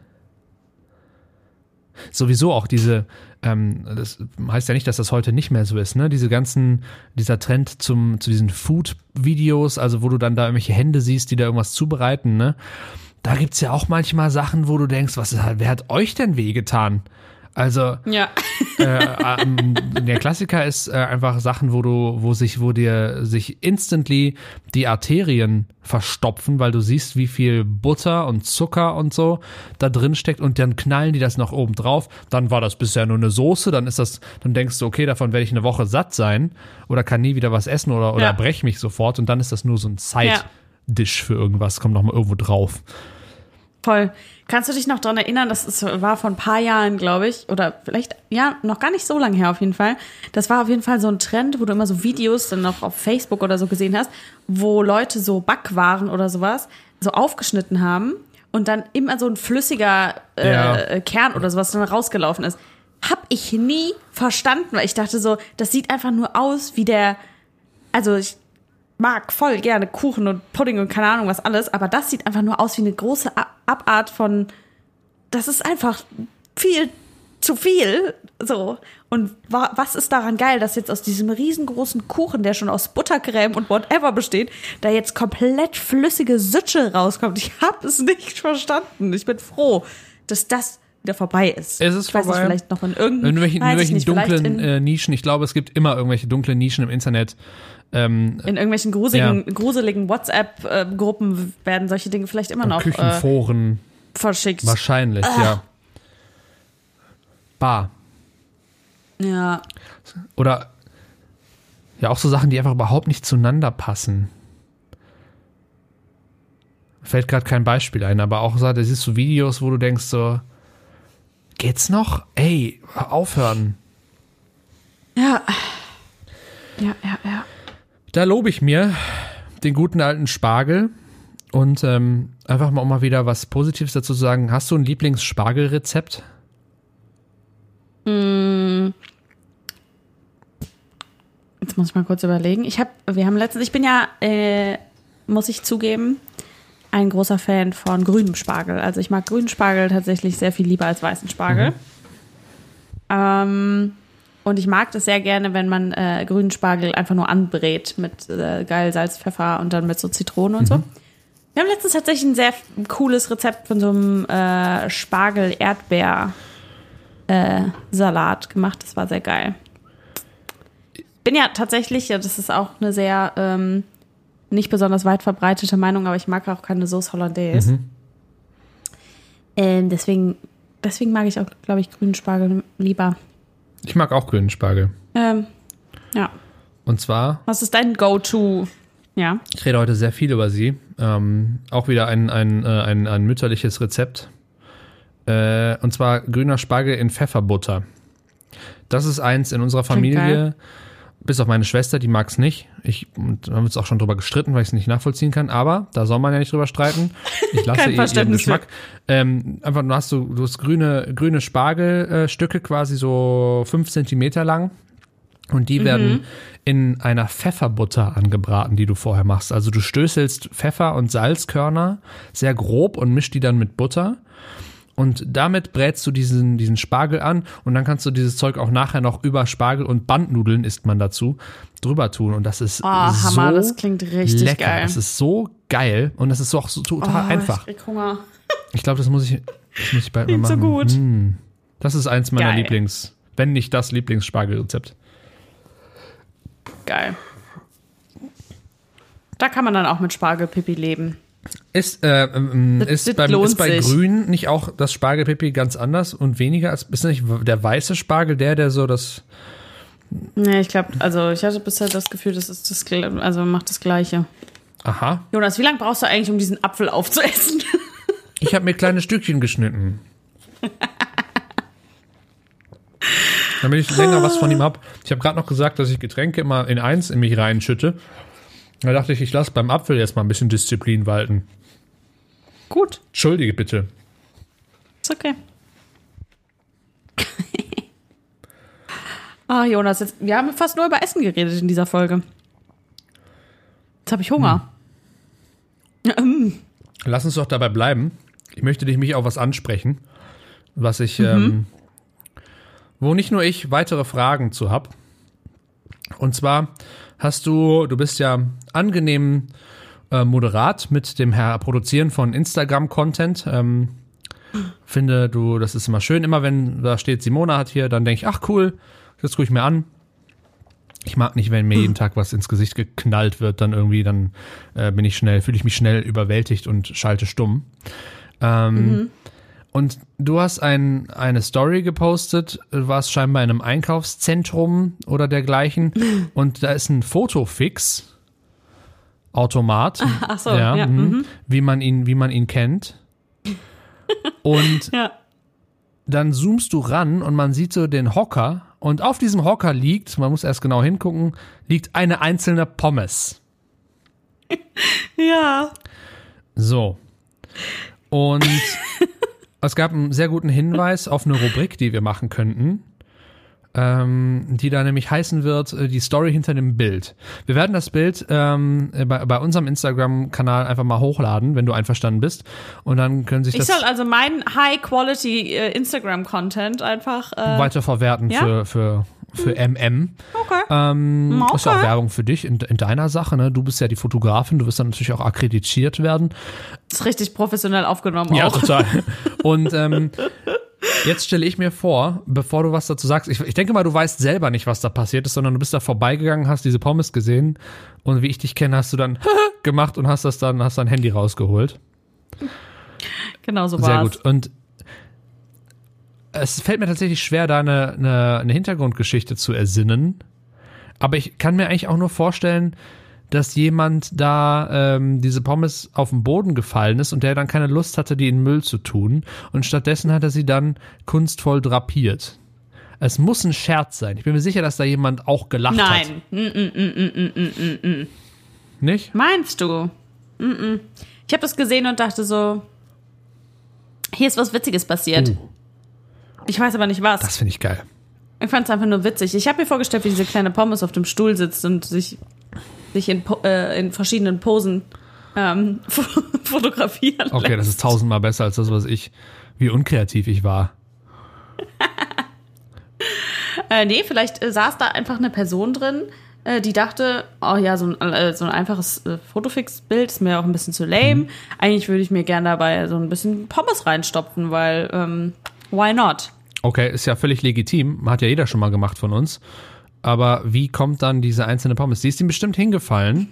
sowieso auch diese, ähm, das heißt ja nicht, dass das heute nicht mehr so ist, ne? Diese ganzen, dieser Trend zum, zu diesen Food-Videos, also wo du dann da irgendwelche Hände siehst, die da irgendwas zubereiten, ne? Da gibt's ja auch manchmal Sachen, wo du denkst, was, wer hat euch denn wehgetan? Also, Ja. äh, ähm, der Klassiker ist äh, einfach Sachen, wo du, wo sich, wo dir sich instantly die Arterien verstopfen, weil du siehst, wie viel Butter und Zucker und so da drin steckt und dann knallen die das noch oben drauf. Dann war das bisher nur eine Soße, dann ist das, dann denkst du, okay, davon werde ich eine Woche satt sein oder kann nie wieder was essen oder, oder Ja. brech mich sofort und dann ist das nur so ein Side-Dish für irgendwas, kommt noch mal irgendwo drauf. Voll. Kannst du dich noch daran erinnern, das ist, war vor ein paar Jahren, glaube ich, oder vielleicht, ja, noch gar nicht so lange her auf jeden Fall. Das war auf jeden Fall so ein Trend, wo du immer so Videos dann noch auf Facebook oder so gesehen hast, wo Leute so Backwaren oder sowas so aufgeschnitten haben und dann immer so ein flüssiger äh, Ja. Kern oder sowas dann rausgelaufen ist. Hab ich nie verstanden, weil ich dachte so, das sieht einfach nur aus wie der, also ich mag voll gerne Kuchen und Pudding und keine Ahnung was alles, aber das sieht einfach nur aus wie eine große A- Abart von, das ist einfach viel zu viel, so. Und wa- was ist daran geil, dass jetzt aus diesem riesengroßen Kuchen, der schon aus Buttercreme und whatever besteht, da jetzt komplett flüssige Sütsche rauskommt? Ich habe es nicht verstanden. Ich bin froh, dass das wieder vorbei ist. Es ist ich weiß vorbei. nicht, vielleicht noch in irgendeinem, In irgendwelchen, weiß ich irgendwelchen nicht, vielleicht dunklen in, äh, Nischen, ich glaube, es gibt immer irgendwelche dunklen Nischen im Internet. Ähm, in irgendwelchen gruseligen, gruseligen WhatsApp-Gruppen werden solche Dinge vielleicht immer noch äh, Küchenforen, verschickt. wahrscheinlich, ja. Bar. Ja. Oder ja, auch so Sachen, die einfach überhaupt nicht zueinander passen. Fällt gerade kein Beispiel ein, aber auch so, da siehst du Videos, wo du denkst so, geht's noch? Ey, aufhören. Ja. Ja, ja, ja. Da lobe ich mir den guten alten Spargel und ähm, einfach mal, um mal wieder was Positives dazu zu sagen. Hast du ein Lieblings-Spargelrezept? Jetzt muss ich mal kurz überlegen. Ich habe, wir haben letztens, ich bin ja, äh, muss ich zugeben, ein großer Fan von grünem Spargel. Also ich mag grünen Spargel tatsächlich sehr viel lieber als weißen Spargel. Mhm. Ähm, und ich mag das sehr gerne, wenn man äh, grünen Spargel einfach nur anbrät mit äh, geil Salz, Pfeffer und dann mit so Zitrone und so. Wir haben letztens tatsächlich ein sehr cooles Rezept von so einem äh, Spargel-Erdbeer-Salat gemacht. Das war sehr geil. Bin ja tatsächlich, ja, das ist auch eine sehr ähm, nicht besonders weit verbreitete Meinung, aber ich mag auch keine Sauce Hollandaise. Mhm. Ähm, deswegen, deswegen mag ich auch, glaube ich, grünen Spargel lieber. Ich mag auch grünen Spargel. Ähm, ja. Und zwar, Was ist dein Go-To? Ja. ich rede heute sehr viel über sie. Ähm, auch wieder ein, ein, äh, ein, ein mütterliches Rezept. Äh, und zwar grüner Spargel in Pfefferbutter. Das ist eins in unserer Klingt Familie. geil. Bis auf meine Schwester, die mag es nicht. Ich, und da haben wir uns auch schon drüber gestritten, weil ich es nicht nachvollziehen kann. Aber da soll man ja nicht drüber streiten. Ich lasse Kein ihr ihren Verständnis Geschmack. Ähm, einfach, du hast, so, du hast grüne, grüne Spargelstücke, quasi so fünf Zentimeter lang. Und die werden in einer Pfefferbutter angebraten, die du vorher machst. Also du stößelst Pfeffer und Salzkörner sehr grob und mischst die dann mit Butter. Und damit brätst du diesen, diesen Spargel an und dann kannst du dieses Zeug auch nachher noch über Spargel und Bandnudeln, isst man dazu, drüber tun. Und das ist Oh, Hammer, so das klingt richtig lecker. geil. Das ist so geil und das ist auch so total Oh, einfach. Ich krieg Hunger. Ich glaube, das muss ich, das muss ich bald mal Klingt so machen. gut. Hm. Das ist eins meiner Geil. Lieblings, wenn nicht das Lieblingsspargelrezept. Geil. Da kann man dann auch mit Spargelpipi leben. Ist, äh, ähm, Das- ist, das beim, lohnt ist bei sich. Grün nicht auch das Spargelpipi ganz anders und weniger als, ist nicht der weiße Spargel der, der so das, Nee, ich glaube, also ich hatte bisher das Gefühl, das ist das, Gl- also macht das Gleiche. aha, Jonas, wie lange brauchst du eigentlich, um diesen Apfel aufzuessen? ich habe mir kleine Stückchen geschnitten. Damit ich länger was von ihm hab. Ich habe gerade noch gesagt, dass ich Getränke immer in eins in mich reinschütte. Da dachte ich, ich lasse beim Apfel jetzt mal ein bisschen Disziplin walten. Gut, Entschuldige bitte. ist okay. Ah, Jonas, jetzt, wir haben fast nur über Essen geredet in dieser Folge. Jetzt habe ich Hunger. Hm. Lass uns doch dabei bleiben. Ich möchte dich mich auf was ansprechen, was ich, mhm. ähm, wo nicht nur ich weitere Fragen zu habe. Und zwar hast du, du bist ja angenehm äh, moderat mit dem Her- Produzieren von Instagram-Content. Ähm, finde du, das ist immer schön. Immer wenn da steht, Simona hat hier, dann denke ich, ach cool, das gucke ich mir an. Ich mag nicht, wenn mir jeden Tag was ins Gesicht geknallt wird, dann irgendwie, dann äh, bin ich schnell, fühle ich mich schnell überwältigt und schalte stumm. Ähm, mhm. Und du hast ein, eine Story gepostet, du warst scheinbar in einem Einkaufszentrum oder dergleichen und da ist ein Fotofix-Automat, ach so, ja, ja, mhm. wie man ihn, wie man ihn kennt. Und ja. dann zoomst du ran und man sieht so den Hocker und auf diesem Hocker liegt, man muss erst genau hingucken, liegt eine einzelne Pommes. Ja. So. Und es gab einen sehr guten Hinweis auf eine Rubrik, die wir machen könnten, ähm, die da nämlich heißen wird, äh, die Story hinter dem Bild. Wir werden das Bild ähm, bei, bei unserem Instagram-Kanal einfach mal hochladen, wenn du einverstanden bist. Und dann können sich ich das... Ich soll also meinen High-Quality äh, Instagram-Content einfach... Äh, weiterverwerten ja? für, für, für M M. Okay. Ähm, okay. Ist ja auch Werbung für dich in, in deiner Sache, ne? Du bist ja die Fotografin, du wirst dann natürlich auch akkreditiert werden. Das ist richtig professionell aufgenommen ja, auch. Ja, total. Und ähm, jetzt stelle ich mir vor, bevor du was dazu sagst, ich, ich denke mal, du weißt selber nicht, was da passiert ist, sondern du bist da vorbeigegangen, hast diese Pommes gesehen und wie ich dich kenne, hast du dann gemacht und hast das dann, hast dein Handy rausgeholt. Genau so war's. Sehr gut. Und es fällt mir tatsächlich schwer, da eine, eine, eine Hintergrundgeschichte zu ersinnen. Aber ich kann mir eigentlich auch nur vorstellen, dass jemand da ähm, diese Pommes auf den Boden gefallen ist und der dann keine Lust hatte, die in den Müll zu tun. Und stattdessen hat er sie dann kunstvoll drapiert. Es muss ein Scherz sein. Ich bin mir sicher, dass da jemand auch gelacht Nein. hat. Nein. Mm, mm, mm, mm, mm, mm. Nicht? Meinst du? Mm, mm. Ich habe das gesehen und dachte so, hier ist was Witziges passiert. Uh. Ich weiß aber nicht was. Das finde ich geil. Ich fand es einfach nur witzig. Ich habe mir vorgestellt, wie diese kleine Pommes auf dem Stuhl sitzt und sich, sich in, äh, in verschiedenen Posen ähm, fotografieren lässt. Okay, das ist tausendmal besser als das, was ich, wie unkreativ ich war. äh, nee, vielleicht äh, saß da einfach eine Person drin, äh, die dachte, oh ja, so ein, äh, so ein einfaches äh, Fotofix-Bild ist mir auch ein bisschen zu lame. Mhm. Eigentlich würde ich mir gerne dabei so ein bisschen Pommes reinstopfen, weil ähm, why not? Okay, ist ja völlig legitim. Hat ja jeder schon mal gemacht von uns. Aber wie kommt dann diese einzelne Pommes? Die ist ihm bestimmt hingefallen.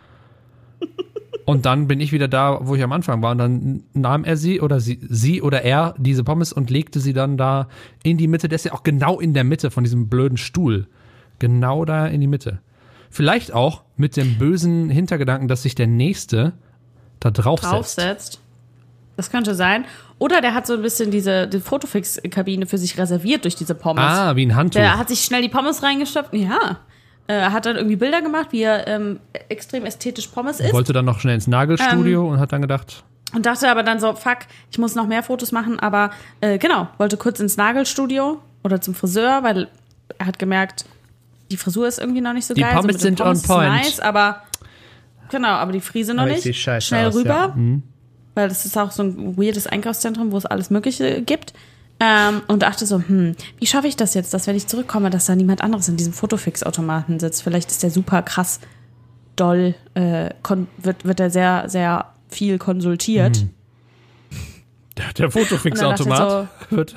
Und dann bin ich wieder da, wo ich am Anfang war. Und dann nahm er sie oder sie, sie oder er diese Pommes und legte sie dann da in die Mitte. Der ist ja auch genau in der Mitte von diesem blöden Stuhl. Genau da in die Mitte. Vielleicht auch mit dem bösen Hintergedanken, dass sich der Nächste da draufsetzt. Draufsetzt. Das könnte sein. Oder der hat so ein bisschen diese die Fotofix-Kabine für sich reserviert durch diese Pommes. Ah, wie ein Handtuch. Der hat sich schnell die Pommes reingestopft. Ja. Er hat dann irgendwie Bilder gemacht, wie er ähm, extrem ästhetisch Pommes isst. Wollte dann noch schnell ins Nagelstudio ähm, und hat dann gedacht... Und dachte aber dann so, fuck, ich muss noch mehr Fotos machen. Aber äh, genau, wollte kurz ins Nagelstudio oder zum Friseur, weil er hat gemerkt, die Frisur ist irgendwie noch nicht so die geil. Die Pommes so sind Pommes on point. Nice, aber genau, aber die Frise noch aber nicht. Schnell aus, rüber. Ja. Mhm. Weil das ist auch so ein weirdes Einkaufszentrum, wo es alles Mögliche gibt. Ähm, und dachte so, hm, wie schaffe ich das jetzt, dass wenn ich zurückkomme, dass da niemand anderes in diesem Fotofix-Automaten sitzt? Vielleicht ist der super krass doll, äh, kon- wird, wird er sehr, sehr viel konsultiert. Mhm. Der, der Fotofix-Automat so, wird...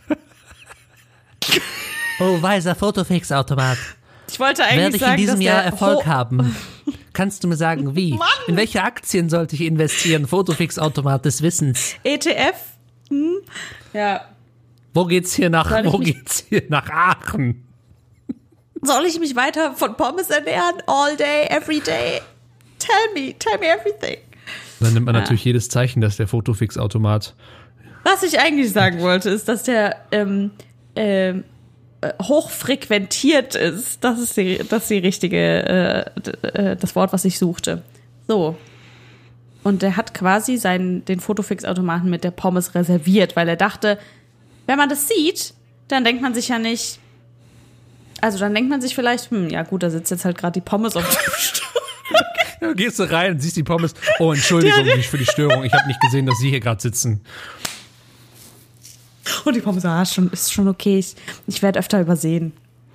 Oh, weiser Fotofix-Automat. Ich wollte eigentlich Werde ich sagen, in diesem dass Jahr der Erfolg Ho- haben? Kannst du mir sagen, wie? Mann. In welche Aktien sollte ich investieren? Fotofix-Automat des Wissens. E T F? Hm? Ja. Wo geht's hier nach, Soll ich wo mich- geht's hier nach Aachen? Soll ich mich weiter von Pommes ernähren? All day, every day? Tell me, tell me everything. Dann nimmt man Ja. natürlich jedes Zeichen, dass der Fotofix-Automat... Was ich eigentlich sagen wollte, ist, dass der ähm, ähm, äh, hochfrequentiert ist. Das ist die, das ist die richtige, äh, d- äh, das Wort, was ich suchte. So. Und der hat quasi seinen, den Fotofix-Automaten mit der Pommes reserviert, weil er dachte, wenn man das sieht, dann denkt man sich ja nicht, Also dann denkt man sich vielleicht, hm, ja gut, da sitzt jetzt halt gerade die Pommes auf dem Stuhl. Ja, gehst du rein und siehst die Pommes. Oh, Entschuldigung ja, für die Störung. Ich habe nicht gesehen, dass Sie hier gerade sitzen. Und die Pommes, ah, schon, ist schon okay. Ich, ich werde öfter übersehen.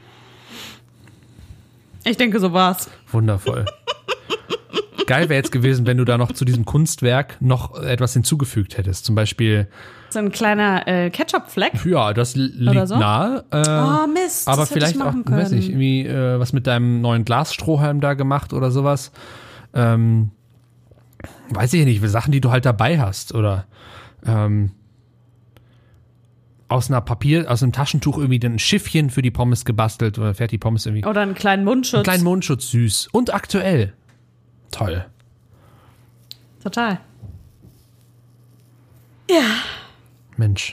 Ich denke, so war's. Wundervoll. Geil wäre jetzt gewesen, wenn du da noch zu diesem Kunstwerk noch etwas hinzugefügt hättest. Zum Beispiel so ein kleiner äh, Ketchup-Fleck. Ja, das liegt so nahe. Äh, oh Mist, aber das vielleicht hätte ich machen auch, können. weiß nicht, irgendwie äh, was mit deinem neuen Glasstrohhalm da gemacht oder sowas. Ähm, weiß ich nicht, Sachen, die du halt dabei hast oder ähm, aus einer Papier, aus einem Taschentuch irgendwie ein Schiffchen für die Pommes gebastelt oder fährt die Pommes irgendwie. Oder einen kleinen Mundschutz. Einen kleinen Mundschutz, süß. Und aktuell. Toll. Total. Ja. Mensch.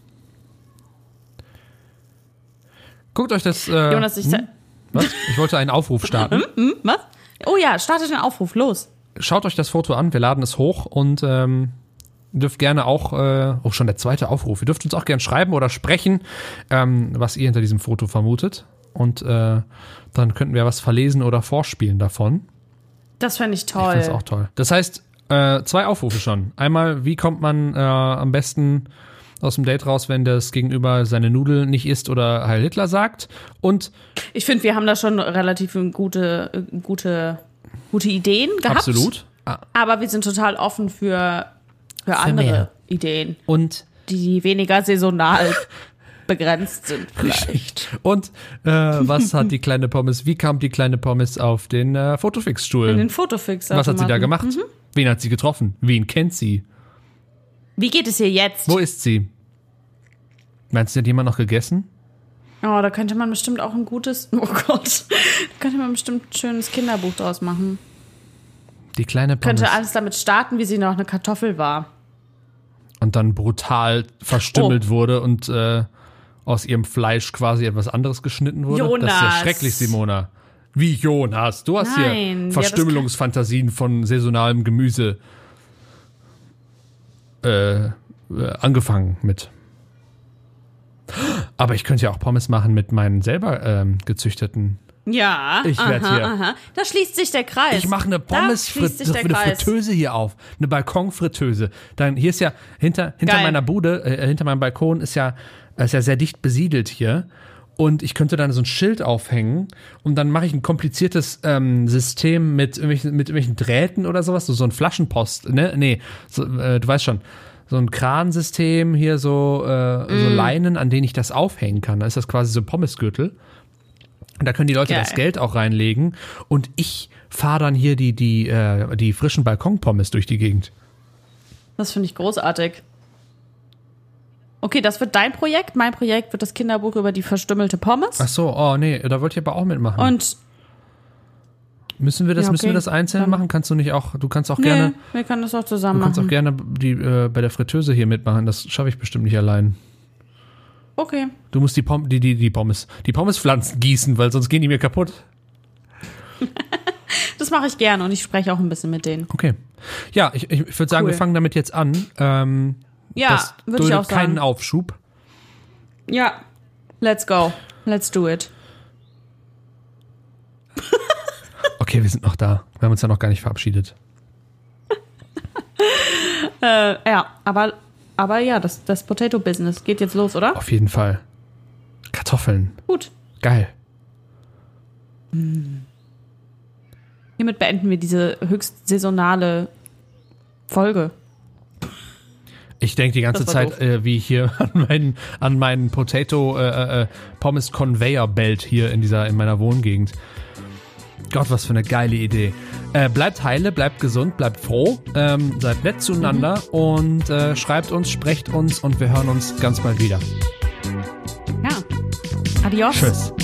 Guckt euch das. Äh, Jonas, ich. Hm? Was? Ich wollte einen Aufruf starten. hm? Hm? Was? Oh ja, startet den Aufruf, los. Schaut euch das Foto an, wir laden es hoch und ähm, ihr dürft gerne auch, äh, auch schon der zweite Aufruf, ihr dürft uns auch gerne schreiben oder sprechen, ähm, was ihr hinter diesem Foto vermutet. Und äh, dann könnten wir was verlesen oder vorspielen davon. Das fände ich toll. Ich finde es auch toll. Das heißt, äh, zwei Aufrufe schon. Einmal, wie kommt man äh, am besten aus dem Date raus, wenn das Gegenüber seine Nudeln nicht isst oder Heil Hitler sagt? Und ich finde, wir haben da schon relativ gute, gute, gute Ideen gehabt. Absolut. Ah. Aber wir sind total offen für, für, für andere mehr. Ideen. Und die weniger saisonal begrenzt sind vielleicht. Und äh, was hat die kleine Pommes, wie kam die kleine Pommes auf den äh, Fotofix-Stuhl? In den Fotofix. Was hat sie da gemacht? Mhm. Wen hat sie getroffen? Wen kennt sie? Wie geht es ihr jetzt? Wo ist sie? Meinst du, hat jemand noch gegessen? Oh, da könnte man bestimmt auch ein gutes, oh Gott, da könnte man bestimmt ein schönes Kinderbuch draus machen. Die kleine Pommes. Könnte alles damit starten, wie sie noch eine Kartoffel war. Und dann brutal verstümmelt oh. wurde und äh, aus ihrem Fleisch quasi etwas anderes geschnitten wurde. Jonas. Das ist ja schrecklich, Simona. Wie Jonas? Du hast Nein. hier Verstümmelungsfantasien ja, von saisonalem Gemüse äh, äh, angefangen mit. Aber ich könnte ja auch Pommes machen mit meinen selber ähm, gezüchteten. Ja, ich werde hier. Aha. Da schließt sich der Kreis. Ich mache eine Pommes, eine Fritteuse hier auf, eine Balkonfritteuse. Dann hier ist ja hinter hinter Geil. meiner Bude, äh, hinter meinem Balkon ist ja ist ja sehr dicht besiedelt hier. Und ich könnte dann so ein Schild aufhängen und dann mache ich ein kompliziertes ähm, System mit irgendwelchen, mit irgendwelchen Drähten oder sowas, so, so ein Flaschenpost, ne? Nee, so, äh, du weißt schon, so ein Kransystem hier, so, äh, mm. so Leinen, an denen ich das aufhängen kann. Da ist das quasi so ein Pommesgürtel. Und da können die Leute Geil. das Geld auch reinlegen und ich fahre dann hier die, die, äh, die frischen Balkonpommes durch die Gegend. Das finde ich großartig. Okay, das wird dein Projekt. Mein Projekt wird das Kinderbuch über die verstümmelte Pommes. Ach so, oh nee, da wollte ich aber auch mitmachen. Und müssen wir das, ja, okay. müssen wir das einzeln Dann. machen? Kannst du nicht auch, du kannst auch nee, gerne. Wir können das auch zusammen machen. Du kannst machen. auch gerne die, äh, bei der Fritteuse hier mitmachen. Das schaffe ich bestimmt nicht allein. Okay. Du musst die, Pom- die, die, die Pommes, die Pommespflanzen gießen, weil sonst gehen die mir kaputt. Das mache ich gerne und ich spreche auch ein bisschen mit denen. Okay. Ja, ich, ich würde sagen, cool. wir fangen damit jetzt an. Ähm, Ja, würde ich auch sagen. Keinen Aufschub. Ja, let's go. Let's do it. Okay, wir sind noch da. Wir haben uns ja noch gar nicht verabschiedet. äh, ja, aber, aber ja, das, das Potato-Business geht jetzt los, oder? Auf jeden Fall. Kartoffeln. Gut. Geil. Hm. Hiermit beenden wir diese höchst saisonale Folge. Ich denke die ganze Zeit, äh, wie ich hier an meinen, an meinen Potato äh, äh, Pommes Conveyor Belt hier in dieser, in meiner Wohngegend. Gott, was für eine geile Idee. Äh, bleibt heile, bleibt gesund, bleibt froh, ähm, seid nett zueinander mhm. und äh, schreibt uns, sprecht uns und wir hören uns ganz bald wieder. Ja. Adios. Tschüss.